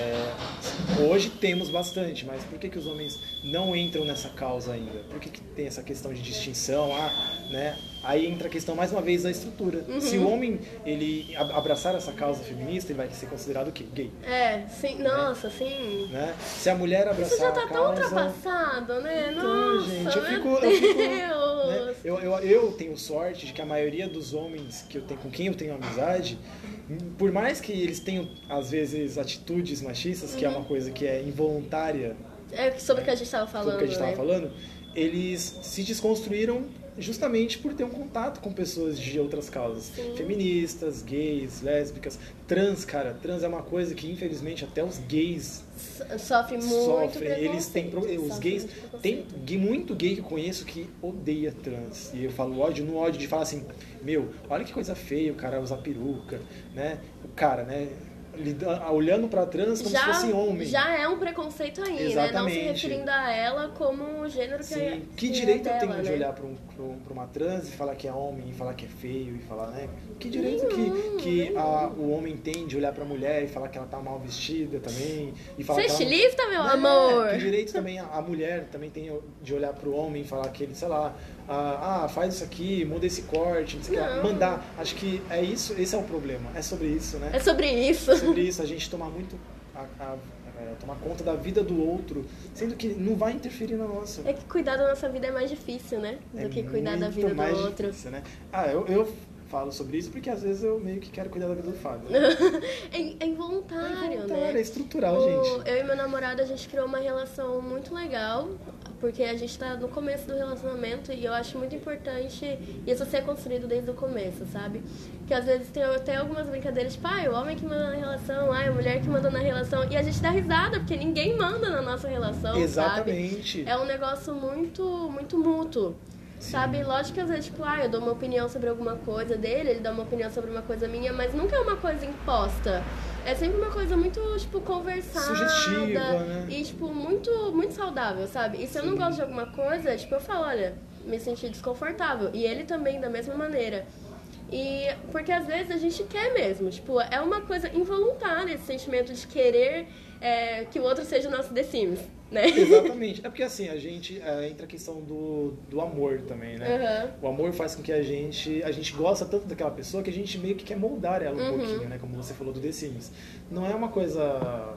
é, hoje temos bastante, mas por que que os homens não entram nessa causa ainda? Por que que tem essa questão de distinção? Ah, né? Aí entra a questão, mais uma vez, da estrutura. Uhum. Se o homem ele ab- abraçar essa causa feminista, ele vai ser considerado o quê? Gay. É, sim, nossa, sim. Né? Se a mulher abraçar Isso já tá a tão causa... ultrapassado, né? Então, Nossa, gente, eu meu fico... Eu, fico, Deus. né? eu, eu, eu tenho sorte de que a maioria dos homens que eu tenho, com quem eu tenho amizade, por mais que eles tenham, às vezes, atitudes machistas, que é uma coisa que é involuntária, É sobre o que a gente tava falando, sobre o que a gente né? estava falando, eles se desconstruíram justamente por ter um contato com pessoas de outras causas. Sim. Feministas, gays, lésbicas, trans, cara. Trans é uma coisa que, infelizmente, até os gays So- Sofre muito sofrem. Eles têm pro- preconceito, os sofre gays muito preconceito. tem gay- muito gay que eu conheço que odeia trans. E eu falo ódio no ódio de falar assim, meu, olha que coisa feia o cara usar peruca, né? O cara, né? lida- olhando pra trans como já, se fosse homem. Já é um preconceito aí, né? Não se Exatamente. referindo a ela como o gênero que Sim. é Que que direito é eu dela, tenho de né? olhar pra, um, pra, um- pra uma trans e falar que é homem, e falar que é feio, e falar, né? Que direito que, que a, o homem tem de olhar pra mulher e falar que ela tá mal vestida também? E falar Você é que ela não- estilista, meu Né? amor? Que direito também a, a mulher também tem de olhar pro homem e falar que ele, sei lá, ah, ah, faz isso aqui, muda esse corte, não sei o que lá. Não. Mandar. Acho que é isso, esse é o problema. É sobre isso, né? É sobre isso. Sobre isso, a gente tomar muito a, a- é, tomar conta da vida do outro, sendo que não vai interferir na nossa. É que cuidar da nossa vida é mais difícil, né? Do É que cuidar da muito vida do mais outro. difícil, né? Ah, eu, eu falo sobre isso porque às vezes eu meio que quero cuidar da vida do Fábio. Né? É, é involuntário, É involuntário, né? é estrutural, O- gente. Eu e meu namorado, a gente criou uma relação muito legal, porque a gente tá no começo do relacionamento e eu acho muito importante isso ser construído desde o começo, sabe? Que às vezes tem até algumas brincadeiras, tipo, ah, o homem que manda na relação, ah, a mulher que manda na relação, e a gente dá risada, porque ninguém manda na nossa relação, Exatamente. sabe? É um negócio muito, muito mútuo. Sabe, lógico que às vezes, tipo, ah, eu dou uma opinião sobre alguma coisa dele, ele dá uma opinião sobre uma coisa minha, mas nunca é uma coisa imposta. É sempre uma coisa muito, tipo, conversada. Sugestiva, né? E, tipo, muito, muito saudável, sabe? E se eu não gosto de alguma coisa, tipo, eu falo, olha, me senti desconfortável. E ele também, da mesma maneira. E porque às vezes a gente quer mesmo, tipo, é uma coisa involuntária esse sentimento de querer é, que o outro seja o nosso The Sims, né? Exatamente. É porque assim, a gente é, entra a questão do, do amor também, né? Uhum. O amor faz com que a gente, a gente gosta tanto daquela pessoa que a gente meio que quer moldar ela um Uhum. pouquinho, né? Como você falou do The Sims. Não é uma coisa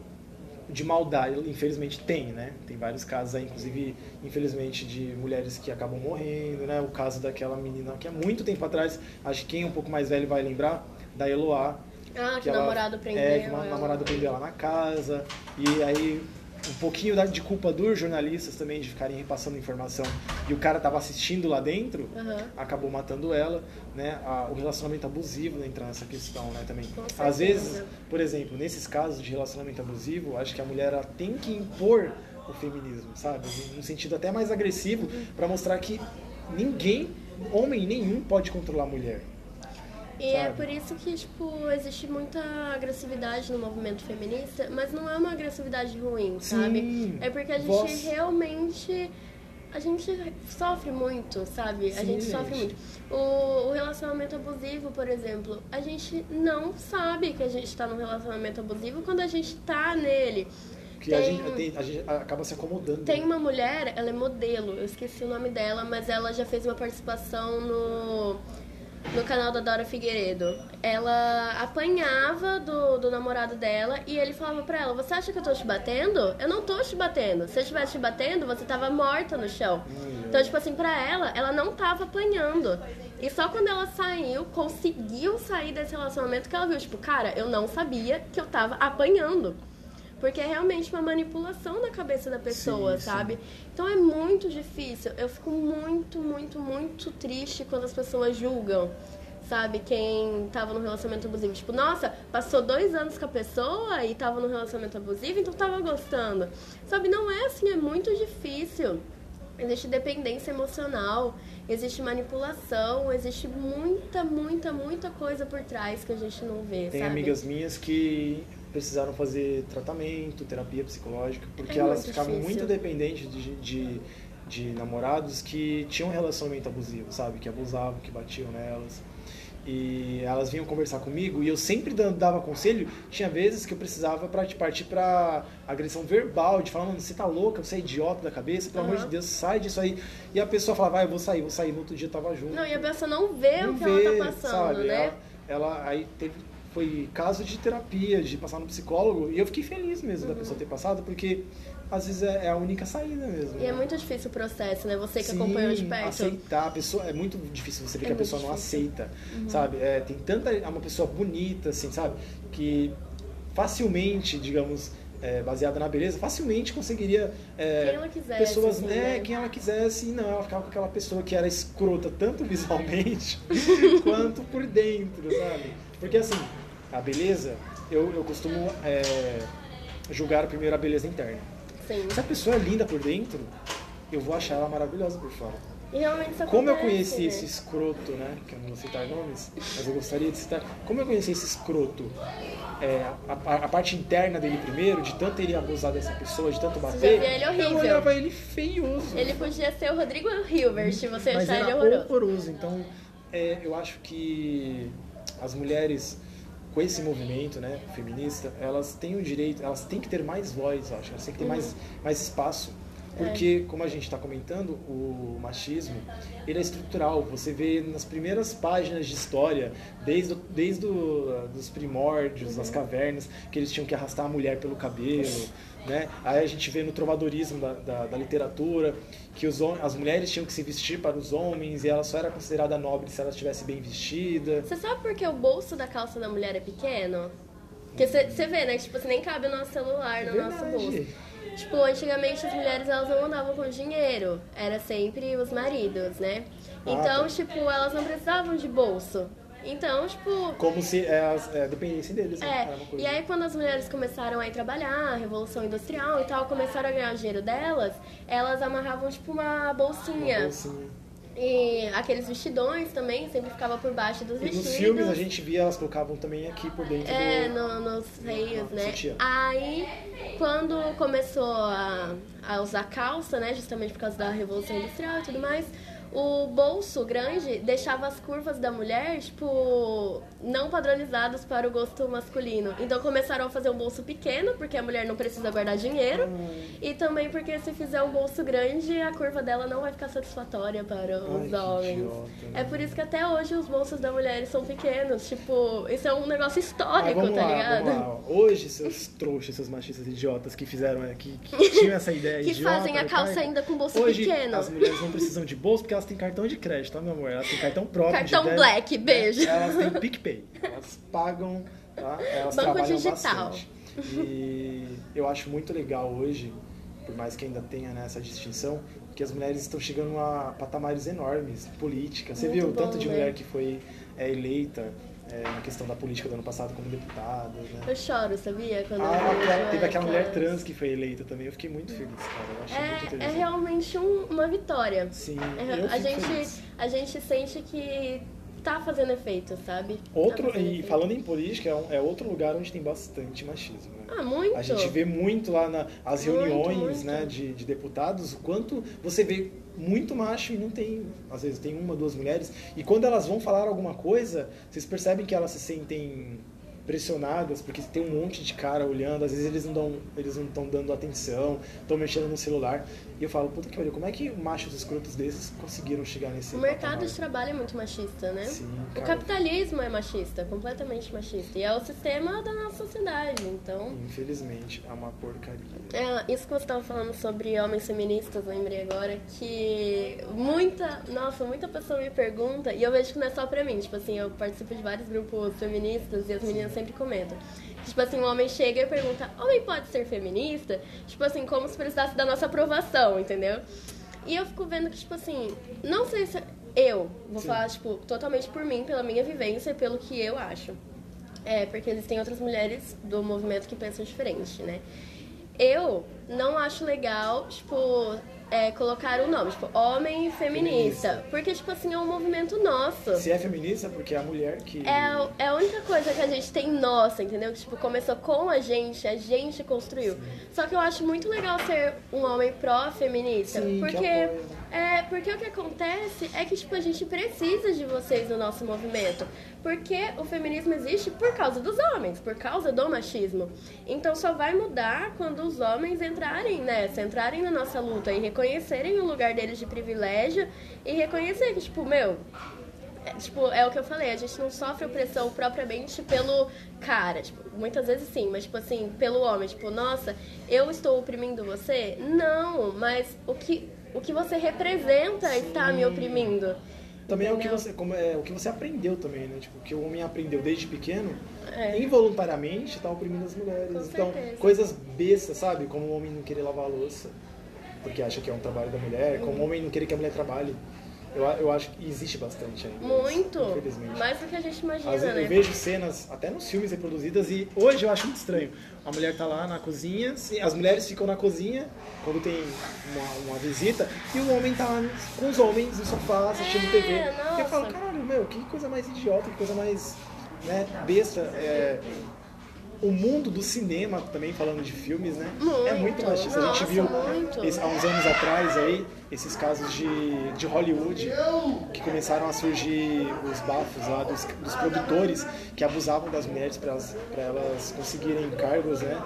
de maldade, infelizmente tem, né? Tem vários casos aí, inclusive, infelizmente, de mulheres que acabam morrendo, né? O caso daquela menina que há muito tempo atrás, acho que quem é um pouco mais velho vai lembrar, da Eloá. Ah, que o ela- namorado prendeu. É, que o ela. namorado prendeu ela na casa. E aí, um pouquinho da- de culpa dos jornalistas também, de ficarem repassando informação. E o cara tava assistindo lá dentro, Aham. acabou matando ela, né? A- o relacionamento abusivo entra nessa questão, né, também. Com Às certeza. vezes, por exemplo, nesses casos de relacionamento abusivo, acho que a mulher ela tem que impor o feminismo, sabe? Num sentido até mais agressivo, para mostrar que ninguém, homem nenhum, pode controlar a mulher. E é sabe? por isso que, tipo, existe muita agressividade no movimento feminista, mas não é uma agressividade ruim, Sim, sabe? É porque a gente voz. realmente... A gente sofre muito, sabe? A Sim, gente sofre gente. muito. O, o relacionamento abusivo, por exemplo, a gente não sabe que a gente tá num relacionamento abusivo quando a gente tá nele. Que a, Tem- gente, tem- a gente acaba se acomodando. Tem uma mulher, ela é modelo, eu esqueci o nome dela, mas ela já fez uma participação no no canal da Dora Figueiredo. Ela apanhava do, do namorado dela e ele falava pra ela, você acha que eu tô te batendo? Eu não tô te batendo. Se eu estivesse te batendo, você tava morta no chão. Então, tipo assim, pra ela, ela não tava apanhando. E só quando ela saiu, conseguiu sair desse relacionamento, que ela viu, tipo, cara, eu não sabia que eu tava apanhando. Porque é realmente uma manipulação na cabeça da pessoa, sim, sabe? Sim. Então é muito difícil. Eu fico muito, muito, muito triste quando as pessoas julgam, sabe? Quem tava no relacionamento abusivo. Tipo, nossa, passou dois anos com a pessoa e tava no relacionamento abusivo, então tava gostando. Sabe? Não é assim, é muito difícil. Existe dependência emocional, existe manipulação, existe muita, muita, muita coisa por trás que a gente não vê, Tem sabe? amigas minhas que precisaram fazer tratamento, terapia psicológica, porque é elas ficavam difícil. muito dependentes de, de, de namorados que tinham um relacionamento abusivo, sabe? Que abusavam, que batiam nelas. E elas vinham conversar comigo e eu sempre dava conselho. Tinha vezes que eu precisava pra partir pra agressão verbal, de falar, mano, você tá louca, você é idiota da cabeça, pelo uhum. amor de Deus, sai disso aí. E a pessoa falava, ah, eu vou sair, vou sair. No outro dia eu tava junto. Não, e a pessoa não vê não o que vê, ela tá passando, sabe? né? Ela, ela aí teve, foi caso de terapia, de passar no psicólogo, e eu fiquei feliz mesmo uhum. da pessoa ter passado, porque às vezes é a única saída mesmo. E né? é muito difícil o processo, né? Você que Sim, acompanhou de perto. aceitar. A pessoa, é muito difícil você ver é que a pessoa difícil. não aceita, uhum. sabe? É, tem tanta... É uma pessoa bonita, assim, sabe? Que facilmente, digamos, é, baseada na beleza, facilmente conseguiria... É, quem ela quisesse. Pessoas, assim, é, né? quem ela quisesse. E não, ela ficava com aquela pessoa que era escrota, tanto visualmente, quanto por dentro, sabe? Porque, assim, a beleza... Eu, eu costumo é, julgar primeiro a beleza interna. Sim. Se a pessoa é linda por dentro, eu vou achar ela maravilhosa por fora. E realmente isso Como acontece, eu conheci né? esse escroto, né? Que eu não vou citar nomes, mas eu gostaria de citar. Como eu conheci esse escroto, é, a, a parte interna dele primeiro, de tanto ele abusar dessa pessoa, de tanto bater, você já via ele horrível. eu olhava ele feioso. Ele podia ser o Rodrigo Hilbert, se você mas achar era ele horroroso. horroroso. Então, é, eu acho que as mulheres... com esse movimento, né, feminista, elas têm o direito, elas têm que ter mais voz, eu acho, elas têm que ter uhum. mais, mais espaço, porque, é. como a gente está comentando, o machismo, ele é estrutural, você vê nas primeiras páginas de história, desde, desde do, dos primórdios, uhum. das cavernas, que eles tinham que arrastar a mulher pelo cabelo, né? Aí a gente vê no trovadorismo da, da, da literatura que os, as mulheres tinham que se vestir para os homens e ela só era considerada nobre se ela estivesse bem vestida. Você sabe por que o bolso da calça da mulher é pequeno? Porque você vê, né? Tipo, você nem cabe no nosso celular, no Verdade. nosso bolso. Tipo, antigamente as mulheres elas não andavam com dinheiro, era sempre os maridos, né? Então, ah, tá. tipo, elas não precisavam de bolso. Então, tipo... Como se é, é, dependesse deles, né? É, Era uma coisa... e aí quando as mulheres começaram a ir trabalhar, a Revolução Industrial e tal, começaram a ganhar o dinheiro delas, elas amarravam, tipo, uma bolsinha. Uma bolsinha. E aqueles vestidões também, sempre ficava por baixo dos e vestidos. E nos filmes a gente via, elas colocavam também aqui por dentro é, do... É, no, nos seios, né? Sutiã. Aí, quando começou a, a usar calça, né, justamente por causa da Revolução Industrial e tudo mais... O bolso grande deixava as curvas da mulher, tipo, não padronizadas para o gosto masculino. Então começaram a fazer um bolso pequeno, porque a mulher não precisa guardar dinheiro. Hum. E também porque se fizer um bolso grande, a curva dela não vai ficar satisfatória para os Ai, homens. Idiota, é por isso que até hoje os bolsos da mulher são pequenos. Tipo, isso é um negócio histórico, ah, tá lá, ligado? Vamos lá. Hoje, seus trouxas, seus machistas idiotas que fizeram, que, que tinham essa ideia que idiota... Que fazem a calça pai, ainda com bolso hoje, pequeno. As mulheres não precisam de bolso porque elas têm cartão de crédito, tá, meu amor? Elas têm cartão próprio. Cartão de Black, beijo. Elas têm PicPay. Elas pagam, tá? Elas Banco trabalham digital. Bastante. E eu acho muito legal hoje, por mais que ainda tenha, né, essa distinção, que as mulheres estão chegando a patamares enormes, política. Você muito viu o bom, tanto de né? mulher que foi é, eleita é, na questão da política do ano passado como deputada, né? Eu choro, sabia? Quando ah, eu aquela, teve aquela mulher trans. trans que foi eleita também, eu fiquei muito feliz, cara. Eu achei é, muito interessante. É realmente um, uma vitória. Sim, é, eu a gente feliz. A gente sente que tá fazendo efeito, sabe? Outro, tá e efeito. falando em política, é, um, é outro lugar onde tem bastante machismo, né? Ah, muito! A gente vê muito lá nas reuniões, muito, muito. né, de, de deputados, o quanto você vê muito macho e não tem, às vezes tem uma, duas mulheres, e quando elas vão falar alguma coisa, vocês percebem que elas se sentem pressionadas, porque tem um monte de cara olhando, às vezes eles não dão, eles não estão dando atenção, estão mexendo no celular. E eu falo, puta que pariu, como é que machos escrotos desses conseguiram chegar nesse O mercado patamar? de trabalho é muito machista, né? Sim, o cara. capitalismo é machista, completamente machista. E é o sistema da nossa sociedade, então... Infelizmente, é uma porcaria. É, isso que você estava falando sobre homens feministas, lembrei agora, que muita, nossa, muita pessoa me pergunta, e eu vejo que não é só pra mim, tipo assim, eu participo de vários grupos feministas e as meninas sempre comentam. Tipo assim, um homem chega e pergunta, homem pode ser feminista? Tipo assim, como se precisasse da nossa aprovação, entendeu? E eu fico vendo que, tipo assim, não sei se eu vou Sim. falar, tipo, totalmente por mim, pela minha vivência e pelo que eu acho. É, porque existem outras mulheres do movimento que pensam diferente, né? Eu não acho legal, tipo, é, colocar o nome, tipo, homem feminista. Feminista. Porque, tipo assim, é um movimento nosso. Se é feminista, porque é a mulher que... É, é a única coisa que a gente tem nossa, entendeu? Que, tipo, começou com a gente, a gente construiu. Sim. Só que eu acho muito legal ser um homem pró-feminista. Sim, que porque, apoia, né? é, porque o que acontece é que, tipo, a gente precisa de vocês no nosso movimento. Porque o feminismo existe por causa dos homens, por causa do machismo. Então só vai mudar quando os homens entrarem nessa, entrarem na nossa luta e reconhecerem o lugar deles de privilégio e reconhecer que, tipo, meu... É, tipo, é o que eu falei, a gente não sofre opressão propriamente pelo cara, tipo, muitas vezes sim, mas tipo assim, pelo homem, tipo, nossa, eu estou oprimindo você? Não, mas o que, o que você representa Sim. está me oprimindo. Também é o que, Entendeu? você, como é o que você aprendeu também, né? Tipo, o que o homem aprendeu desde pequeno, É. involuntariamente tá oprimindo as mulheres. Com Então, certeza. coisas bestas, sabe? Como o homem não querer lavar a louça, porque acha que é um trabalho da mulher, como o homem não querer que a mulher trabalhe. Eu, eu acho que existe bastante ainda. Muito, isso, infelizmente. mais do que a gente imagina, Às vezes né? eu vejo cenas, até nos filmes reproduzidas, e hoje eu acho muito estranho. A mulher tá lá na cozinha, as mulheres ficam na cozinha quando tem uma, uma visita, e o homem tá lá com os homens no sofá assistindo É, T V. nossa. Eu falo, caralho, meu, que coisa mais idiota, que coisa mais, né, besta. É, o mundo do cinema, também falando de filmes, né? Muito. É muito machista. A gente Nossa, viu muito. esse- há uns anos atrás aí, esses casos de, de Hollywood, que começaram a surgir os bafos lá dos, dos produtores que abusavam das mulheres para elas, pra elas conseguirem cargos, né?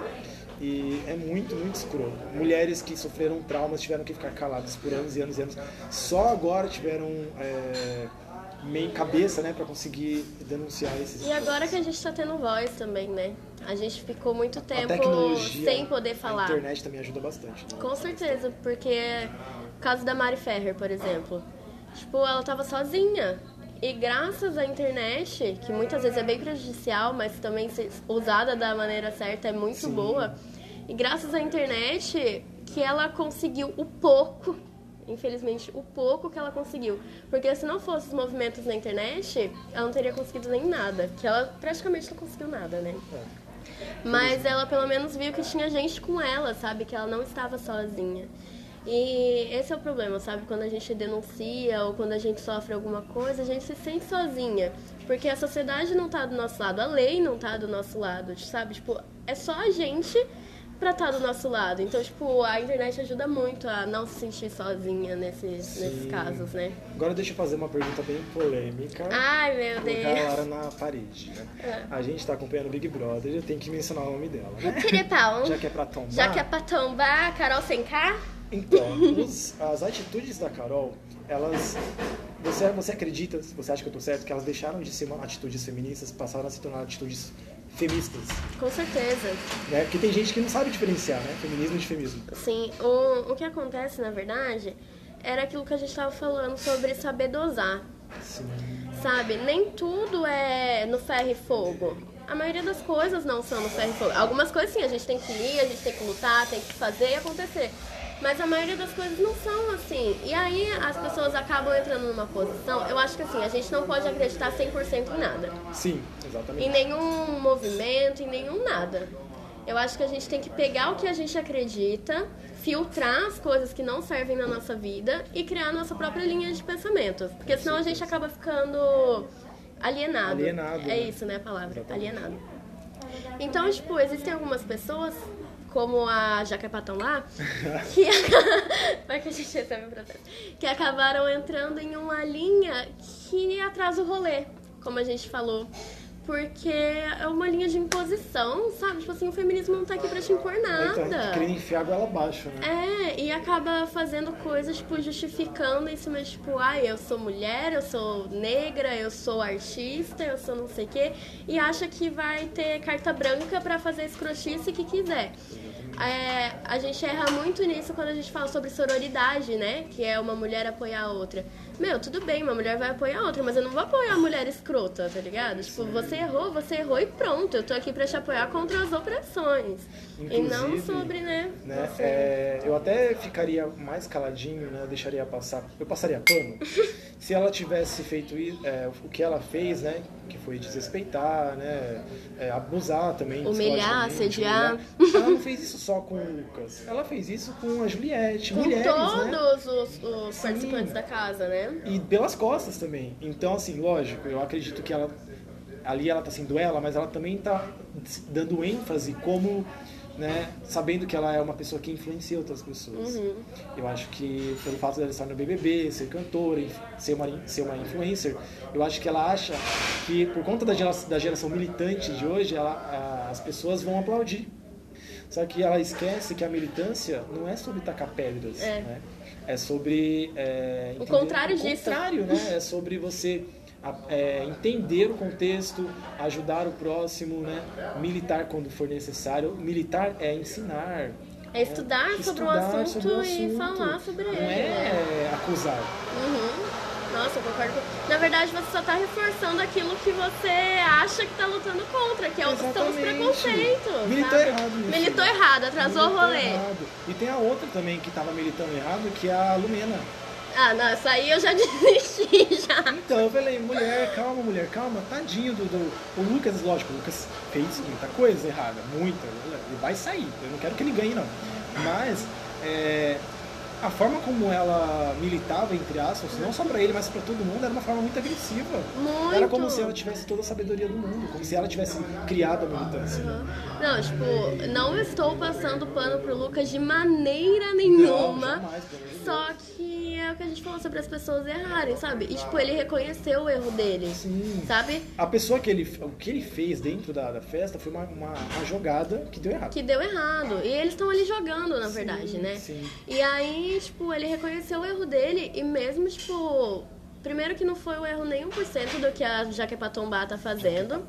E é muito, muito escroto. Mulheres que sofreram traumas tiveram que ficar caladas por anos e anos e anos. Só agora tiveram é, meio cabeça, né, para conseguir denunciar esses... E agora que a gente tá tendo voz também, né? A gente ficou muito A tempo tecnologia, sem poder a falar. internet também ajuda bastante. Né? Com certeza, porque o caso da Mari Ferrer, por exemplo, tipo, ela tava sozinha. E graças à internet, que muitas vezes é bem prejudicial, mas também se usada da maneira certa é muito Sim. boa. E graças à internet que ela conseguiu o pouco, infelizmente, o pouco que ela conseguiu. Porque se não fosse os movimentos na internet, ela não teria conseguido nem nada. Que ela praticamente não conseguiu nada, né? É. Mas ela pelo menos viu que tinha gente com ela, sabe? Que ela não estava sozinha. E esse é o problema, sabe? Quando a gente denuncia ou quando a gente sofre alguma coisa, a gente se sente sozinha. Porque a sociedade não tá do nosso lado, a lei não tá do nosso lado, sabe? Tipo, é só a gente pra estar do nosso lado. Então, tipo, a internet ajuda muito a não se sentir sozinha nesses, nesses casos, né? Agora deixa eu fazer uma pergunta bem polêmica. Ai, meu Colocar a Deus. Lara na parede, né? É. A gente tá acompanhando o Big Brother, eu tenho que mencionar o nome dela, né? Tirepau. Já que é pra tombar. Já que é pra tombar, Carol sem cá? Então, os- as atitudes da Carol, elas... Você, você acredita, você acha que eu tô certo, que elas deixaram de ser uma- atitudes feministas, passaram a se tornar atitudes feministas, Com certeza. né? Porque tem gente que não sabe diferenciar, né? Feminismo de feminismo. Sim, o, o que acontece, na verdade, era aquilo que a gente estava falando sobre saber dosar, Sim. sabe? Nem tudo é no ferro e fogo. A maioria das coisas não são no ferro e fogo. Algumas coisas sim, a gente tem que ir, a gente tem que lutar, tem que fazer e acontecer. Mas a maioria das coisas não são assim. E aí as pessoas acabam entrando numa posição... Eu acho que assim, a gente não pode acreditar cem por cento em nada. Sim, exatamente. Em nenhum movimento, em nenhum nada. Eu acho que a gente tem que pegar o que a gente acredita, filtrar as coisas que não servem na nossa vida e criar a nossa própria linha de pensamento. Porque senão a gente acaba ficando alienado. Alienado, É né? isso, né, a palavra? Exatamente. Alienado. Então, tipo, existem algumas pessoas, como a Jaquepatão lá, que... Vai que a gente recebe o processo. Que acabaram entrando em uma linha que atrasa o rolê, como a gente falou. porque é uma linha de imposição, sabe? Tipo assim, o feminismo não tá aqui pra te impor nada. Então, tá querendo enfiar a goela abaixo, né? É, e acaba fazendo coisas, tipo, justificando em cima, tipo, ai, eu sou mulher, eu sou negra, eu sou artista, eu sou não sei o quê, e acha que vai ter carta branca pra fazer a escrotice que quiser. É, a gente erra muito nisso quando a gente fala sobre sororidade, né? Que é uma mulher apoiar a outra. Meu, tudo bem, uma mulher vai apoiar a outra, mas eu não vou apoiar a mulher escrota, tá ligado? Tipo, você errou, você errou e pronto. Eu tô aqui pra te apoiar contra as opressões. Inclusive, e não sobre, né? né você... é, eu até ficaria mais caladinho, né? Eu deixaria passar. Eu passaria pano se ela tivesse feito é, o que ela fez, né? Que foi desrespeitar, né? É, abusar também. Humilhar, assediar. Humilhar. Ela não fez isso só com o Lucas. Ela fez isso com a Juliette. Com mulheres, todos né? os, os participantes da casa, né? E pelas costas também. Então, assim, lógico, eu acredito que ela ali ela tá sendo ela, mas ela também tá dando ênfase como, né, sabendo que ela é uma pessoa que influencia outras pessoas. Uhum. Eu acho que pelo fato dela estar no B B B, ser cantora, ser uma, ser uma influencer, eu acho que ela acha que por conta da geração, da geração militante de hoje, ela, a, as pessoas vão aplaudir. Só que ela esquece que a militância não é sobre tacar pedras, é. né? É sobre... É, o contrário disso. O contrário, né? É sobre você é, entender o contexto, ajudar o próximo, né? Militar quando for necessário. Militar é ensinar. É estudar, é, sobre, o estudar assunto sobre o assunto e falar sobre ele. Não é né? acusar. Uhum. Nossa, eu concordo. Na verdade, você só está reforçando aquilo que você acha que está lutando contra, que é o, são os preconceitos. Militou sabe? errado. Nisso. Militou errado, atrasou Militou o rolê. Errado. E tem a outra também que estava militando errado, que é a Lumena. Ah, não, isso aí eu já desisti, já. Então, eu falei, mulher, calma, mulher, calma, tadinho do... do... O Lucas, lógico, o Lucas fez muita coisa errada, muita. Ele vai sair, eu não quero que ele ganhe, não. Mas, é... a forma como ela militava, entre aspas, não só pra ele, mas pra todo mundo, era uma forma muito agressiva. Muito. Era como se ela tivesse toda a sabedoria do mundo, como se ela tivesse criado a militância. Uhum. Não, tipo, não estou passando pano pro Lucas de maneira nenhuma. Não, jamais, só que é o que a gente falou sobre as pessoas errarem, sabe? E, tipo, ele reconheceu o erro dele, Sim. sabe? A pessoa que ele... O que ele fez dentro da, da festa foi uma, uma, uma jogada que deu errado. Que deu errado. E eles estão ali jogando, na Sim, verdade, né? Sim. E aí, tipo, ele reconheceu o erro dele e mesmo, tipo... Primeiro que não foi o erro nem um por cento do que a Jaquepatombá tá fazendo.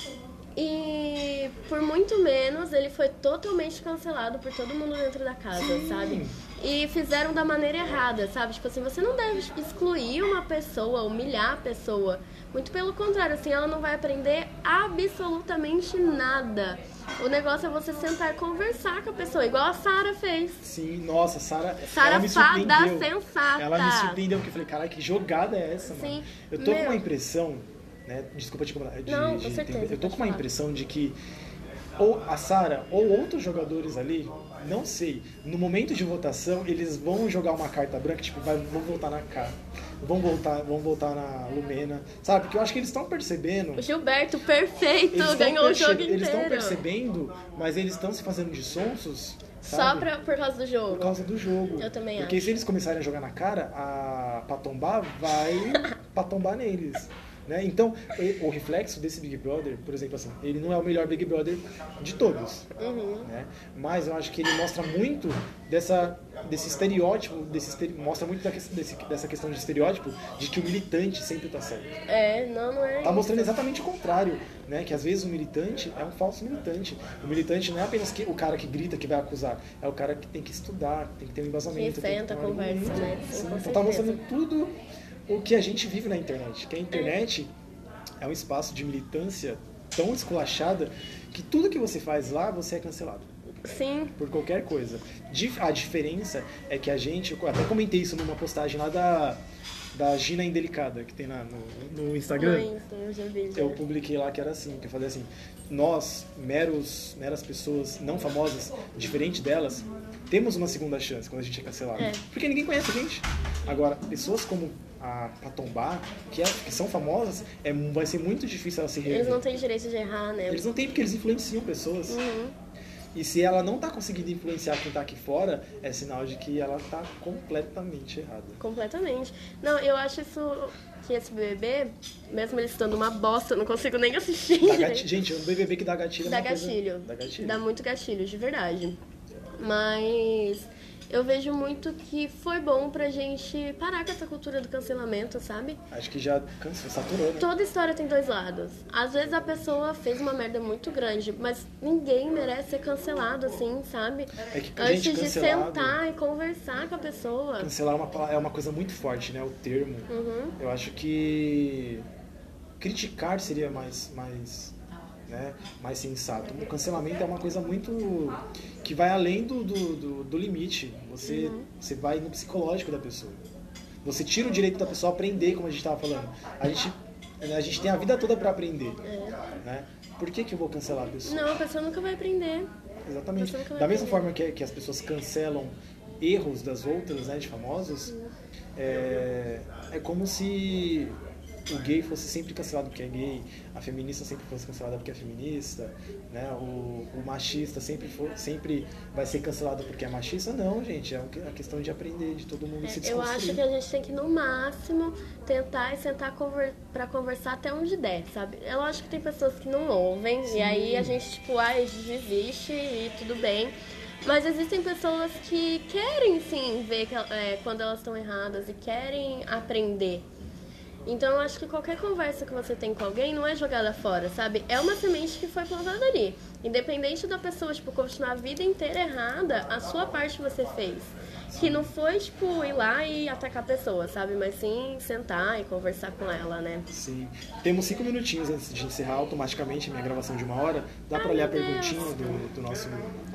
E por muito menos ele foi totalmente cancelado por todo mundo dentro da casa, Sim. sabe? E fizeram da maneira errada, sabe? Tipo assim, você não deve excluir uma pessoa, humilhar a pessoa. Muito pelo contrário, assim, ela não vai aprender absolutamente nada. O negócio é você sentar e conversar com a pessoa, igual a Sara fez. Sim, nossa, Sara. Sara fada sensata. Ela me surpreendeu, porque eu falei, caralho, que jogada é essa, mano? Sim, eu tô meu... com uma impressão, né? Desculpa te incomodar. De, não, de, com certeza. De, eu tô com uma impressão de que ou a Sara ou outros jogadores ali, não sei, no momento de votação, eles vão jogar uma carta branca, tipo, vai, vão voltar na K, vão voltar, vão voltar na Lumena, sabe? Porque eu acho que eles estão percebendo... O Gilberto, perfeito, ganhou perce... o jogo inteiro. Eles estão percebendo, mas eles estão se fazendo de sonsos, sabe? Só pra, por causa do jogo. Por causa do jogo. Eu também Porque acho. se eles começarem a jogar na cara, a Patombá vai patombar neles. Né? Então, o reflexo desse Big Brother, por exemplo, assim, ele não é o melhor Big Brother de todos, Uhum. né? Mas eu acho que ele mostra muito dessa, desse estereótipo, desse estere... mostra muito da, desse, dessa questão de estereótipo de que o militante sempre está certo. É, não, não é Tá mostrando isso. exatamente o contrário, né? Que às vezes o militante é um falso militante. O militante não é apenas que, o cara que grita, que vai acusar, é o cara que tem que estudar, tem que ter um embasamento. Que senta, tem que ter um conversa, argumento. né? Sim, Com então tá certeza. mostrando tudo o que a gente vive na internet. Que a internet é, é um espaço de militância tão esculachada que tudo que você faz lá, você é cancelado. Sim. Por qualquer coisa. A diferença é que a gente, eu até comentei isso numa postagem lá da, da Gina Indelicada, que tem lá no, no Instagram. No Insta, eu já vi. Já. Eu publiquei lá que era assim, que eu falei assim, nós, meros, meras pessoas não famosas, diferente delas, temos uma segunda chance quando a gente é cancelado. É. Porque ninguém conhece a gente. Agora, pessoas como a Patombá, que, é, que são famosas, é, vai ser muito difícil elas se reerguer. Eles não têm direito de errar, né? Eles não têm porque eles influenciam pessoas. Uhum. E se ela não tá conseguindo influenciar quem tá aqui fora, é sinal de que ela tá completamente errada. Completamente. Não, eu acho isso, que esse B B B, mesmo ele estando uma bosta, eu não consigo nem assistir. Dá gati... Gente, um B B B que dá gatilho é dá uma gatilho. Coisa... Dá gatilho. Dá muito gatilho, de verdade. Mas eu vejo muito que foi bom pra gente parar com essa cultura do cancelamento, sabe? Acho que já cansou, saturou, né? Toda história tem dois lados. Às vezes a pessoa fez uma merda muito grande, mas ninguém merece ser cancelado assim, sabe? É que, Antes gente, de cancelado, sentar e conversar com a pessoa. Cancelar é uma, é uma coisa muito forte, né? O termo. Uhum. Eu acho que criticar seria mais... mais... Né, mais sensato. O cancelamento é uma coisa muito que vai além do, do, do, do limite. Você, uhum. você vai no psicológico da pessoa. Você tira o direito da pessoa a aprender, como a gente estava falando. A gente, a gente tem a vida toda para aprender. É. Né? Por que, que eu vou cancelar a pessoa? Não, a pessoa nunca vai aprender. Exatamente. Da mesma aprender. forma que, que as pessoas cancelam erros das outras, né, de famosos, uhum. é, é como se o gay fosse sempre cancelado porque é gay, a feminista sempre fosse cancelada porque é feminista, né? o, o machista sempre, for, sempre vai ser cancelado porque é machista. Não, gente, é a questão de aprender, de todo mundo é, se desconstruir. Eu acho que a gente tem que, no máximo, tentar e sentar conver, pra conversar até onde der, sabe? É lógico que tem pessoas que não ouvem, Sim. e aí a gente, tipo, ai, desiste e tudo bem. Mas existem pessoas que querem, sim, ver que, é, quando elas estão erradas e querem aprender. Então, eu acho que qualquer conversa que você tem com alguém não é jogada fora, sabe? É uma semente que foi plantada ali. Independente da pessoa, tipo, continuar a vida inteira errada, a sua parte você fez. Que não foi, tipo, ir lá e atacar a pessoa, sabe? Mas sim sentar e conversar com ela, né? Sim. Temos cinco minutinhos antes de encerrar automaticamente a minha gravação de uma hora. Dá Ai, pra ler a perguntinha do, do nosso...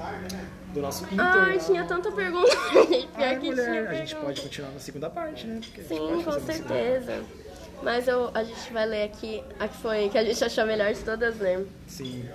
Do nosso Inter. Ai, tinha tanta pergunta. Pior Ai, que mulher, tinha a pergunta. gente pode continuar na segunda parte, né? Porque sim, com certeza. Mas eu, a gente vai ler aqui a que foi, que a gente achou melhor de todas, né? Sim.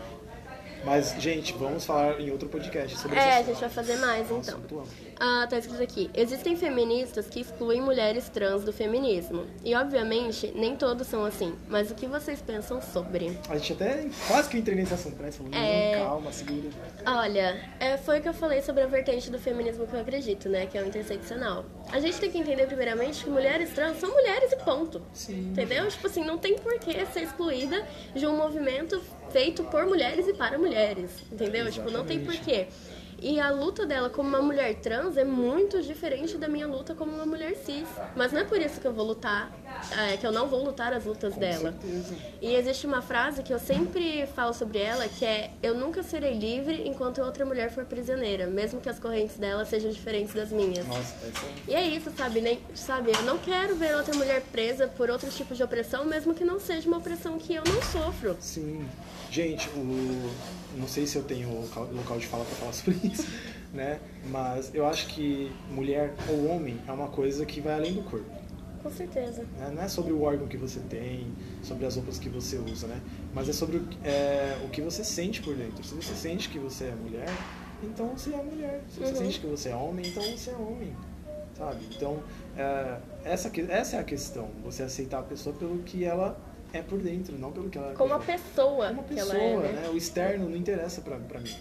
Mas, gente, vamos falar em outro podcast sobre isso. É, a gente vai fazer mais, Nossa, então. Ah, tá escrito aqui. Existem feministas que excluem mulheres trans do feminismo. E, obviamente, nem todos são assim. Mas o que vocês pensam sobre? A gente até quase que entrei nesse assunto, né? Você falou, é... calma, segura. Olha, é, foi o que eu falei sobre a vertente do feminismo que eu acredito, né? Que é o interseccional. A gente tem que entender, primeiramente, que mulheres trans são mulheres e ponto. Sim. Entendeu? Tipo assim, não tem por que ser excluída de um movimento feito por mulheres e para mulheres. Entendeu? Exatamente. Tipo, não tem por quê. E a luta dela como uma mulher trans é muito diferente da minha luta como uma mulher cis. Mas não é por isso que eu vou lutar, é, que eu não vou lutar as lutas Com dela. certeza. E existe uma frase que eu sempre falo sobre ela, que é: eu nunca serei livre enquanto outra mulher for prisioneira, mesmo que as correntes dela sejam diferentes das minhas. Nossa, essa... E é isso, sabe? Nem, sabe? Eu não quero ver outra mulher presa por outros tipos de opressão, mesmo que não seja uma opressão que eu não sofro. Sim. Gente, o... não sei se eu tenho local de fala para falar sobre isso, né? Mas eu acho que mulher ou homem é uma coisa que vai além do corpo. Com certeza. Né? Não é sobre o órgão que você tem, sobre as roupas que você usa, né? Mas é sobre o, é, o que você sente por dentro. Se você sente que você é mulher, então você é mulher. Se você uhum. sente que você é homem, então você é homem. Sabe? Então, é, essa, essa é a questão. Você aceitar a pessoa pelo que ela é por dentro, não pelo que ela... Como a pessoa Como a que pessoa, ela é, né? né? O externo não interessa pra, pra mim.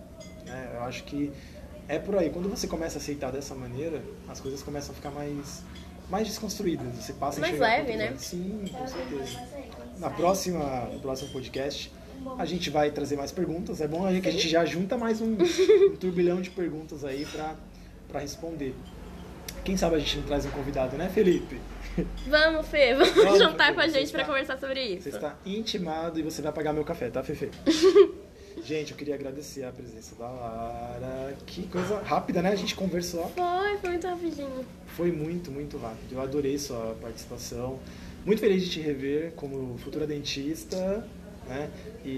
É, eu acho que é por aí. Quando você começa a aceitar dessa maneira, as coisas começam a ficar mais, mais desconstruídas. Você passa mais a enxergar leve, né? Sim, com certeza. Na próxima, no próximo podcast, a gente vai trazer mais perguntas. É bom que a gente já junta mais um, um turbilhão de perguntas aí pra, pra responder. Quem sabe a gente não traz um convidado, né, Felipe? Vamos, Fê, vamos, vamos juntar com a gente para conversar sobre isso. Você está intimado e você vai pagar meu café, tá, Fefe? Gente, eu queria agradecer a presença da Lara. Que coisa rápida, né? A gente conversou. Foi, foi muito rapidinho. Foi muito, muito rápido. Eu adorei sua participação. Muito feliz de te rever como futura dentista, né?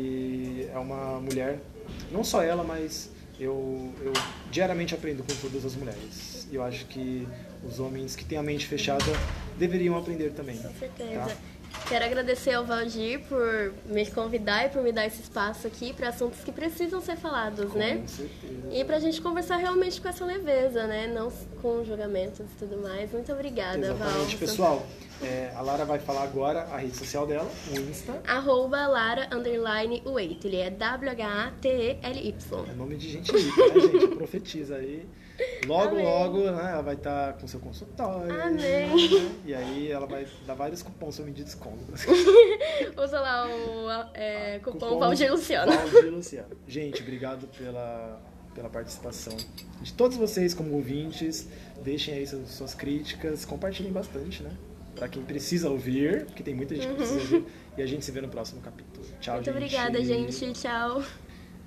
E é uma mulher, não só ela, mas eu, eu diariamente aprendo com todas as mulheres. E eu acho que os homens que têm a mente fechada deveriam aprender também. Com certeza. Tá? Quero agradecer ao Valdir por me convidar e por me dar esse espaço aqui para assuntos que precisam ser falados, com né? certeza. E pra gente conversar realmente com essa leveza, né? Não com julgamentos e tudo mais. Muito obrigada, Val. Exatamente. Pessoal, É, a Lara vai falar agora a rede social dela, o Insta. Arroba Lara, underline, Waitley. É W H A T E L Y. É nome de gente rica, né, gente? Profetiza aí. Logo, Amém. logo, né, ela vai estar com seu consultório. Amém. Né, e aí ela vai dar vários cupons pra me de desconto. Usa lá o é, cupom, Cupom Valdir Luciano. Valdir Luciano. Gente, obrigado pela, pela participação. De todos vocês como ouvintes, deixem aí suas, suas críticas, compartilhem bastante, né? Pra quem precisa ouvir, porque tem muita gente que precisa ouvir. E a gente se vê no próximo capítulo. Tchau, Muito gente. obrigada, gente. Tchau.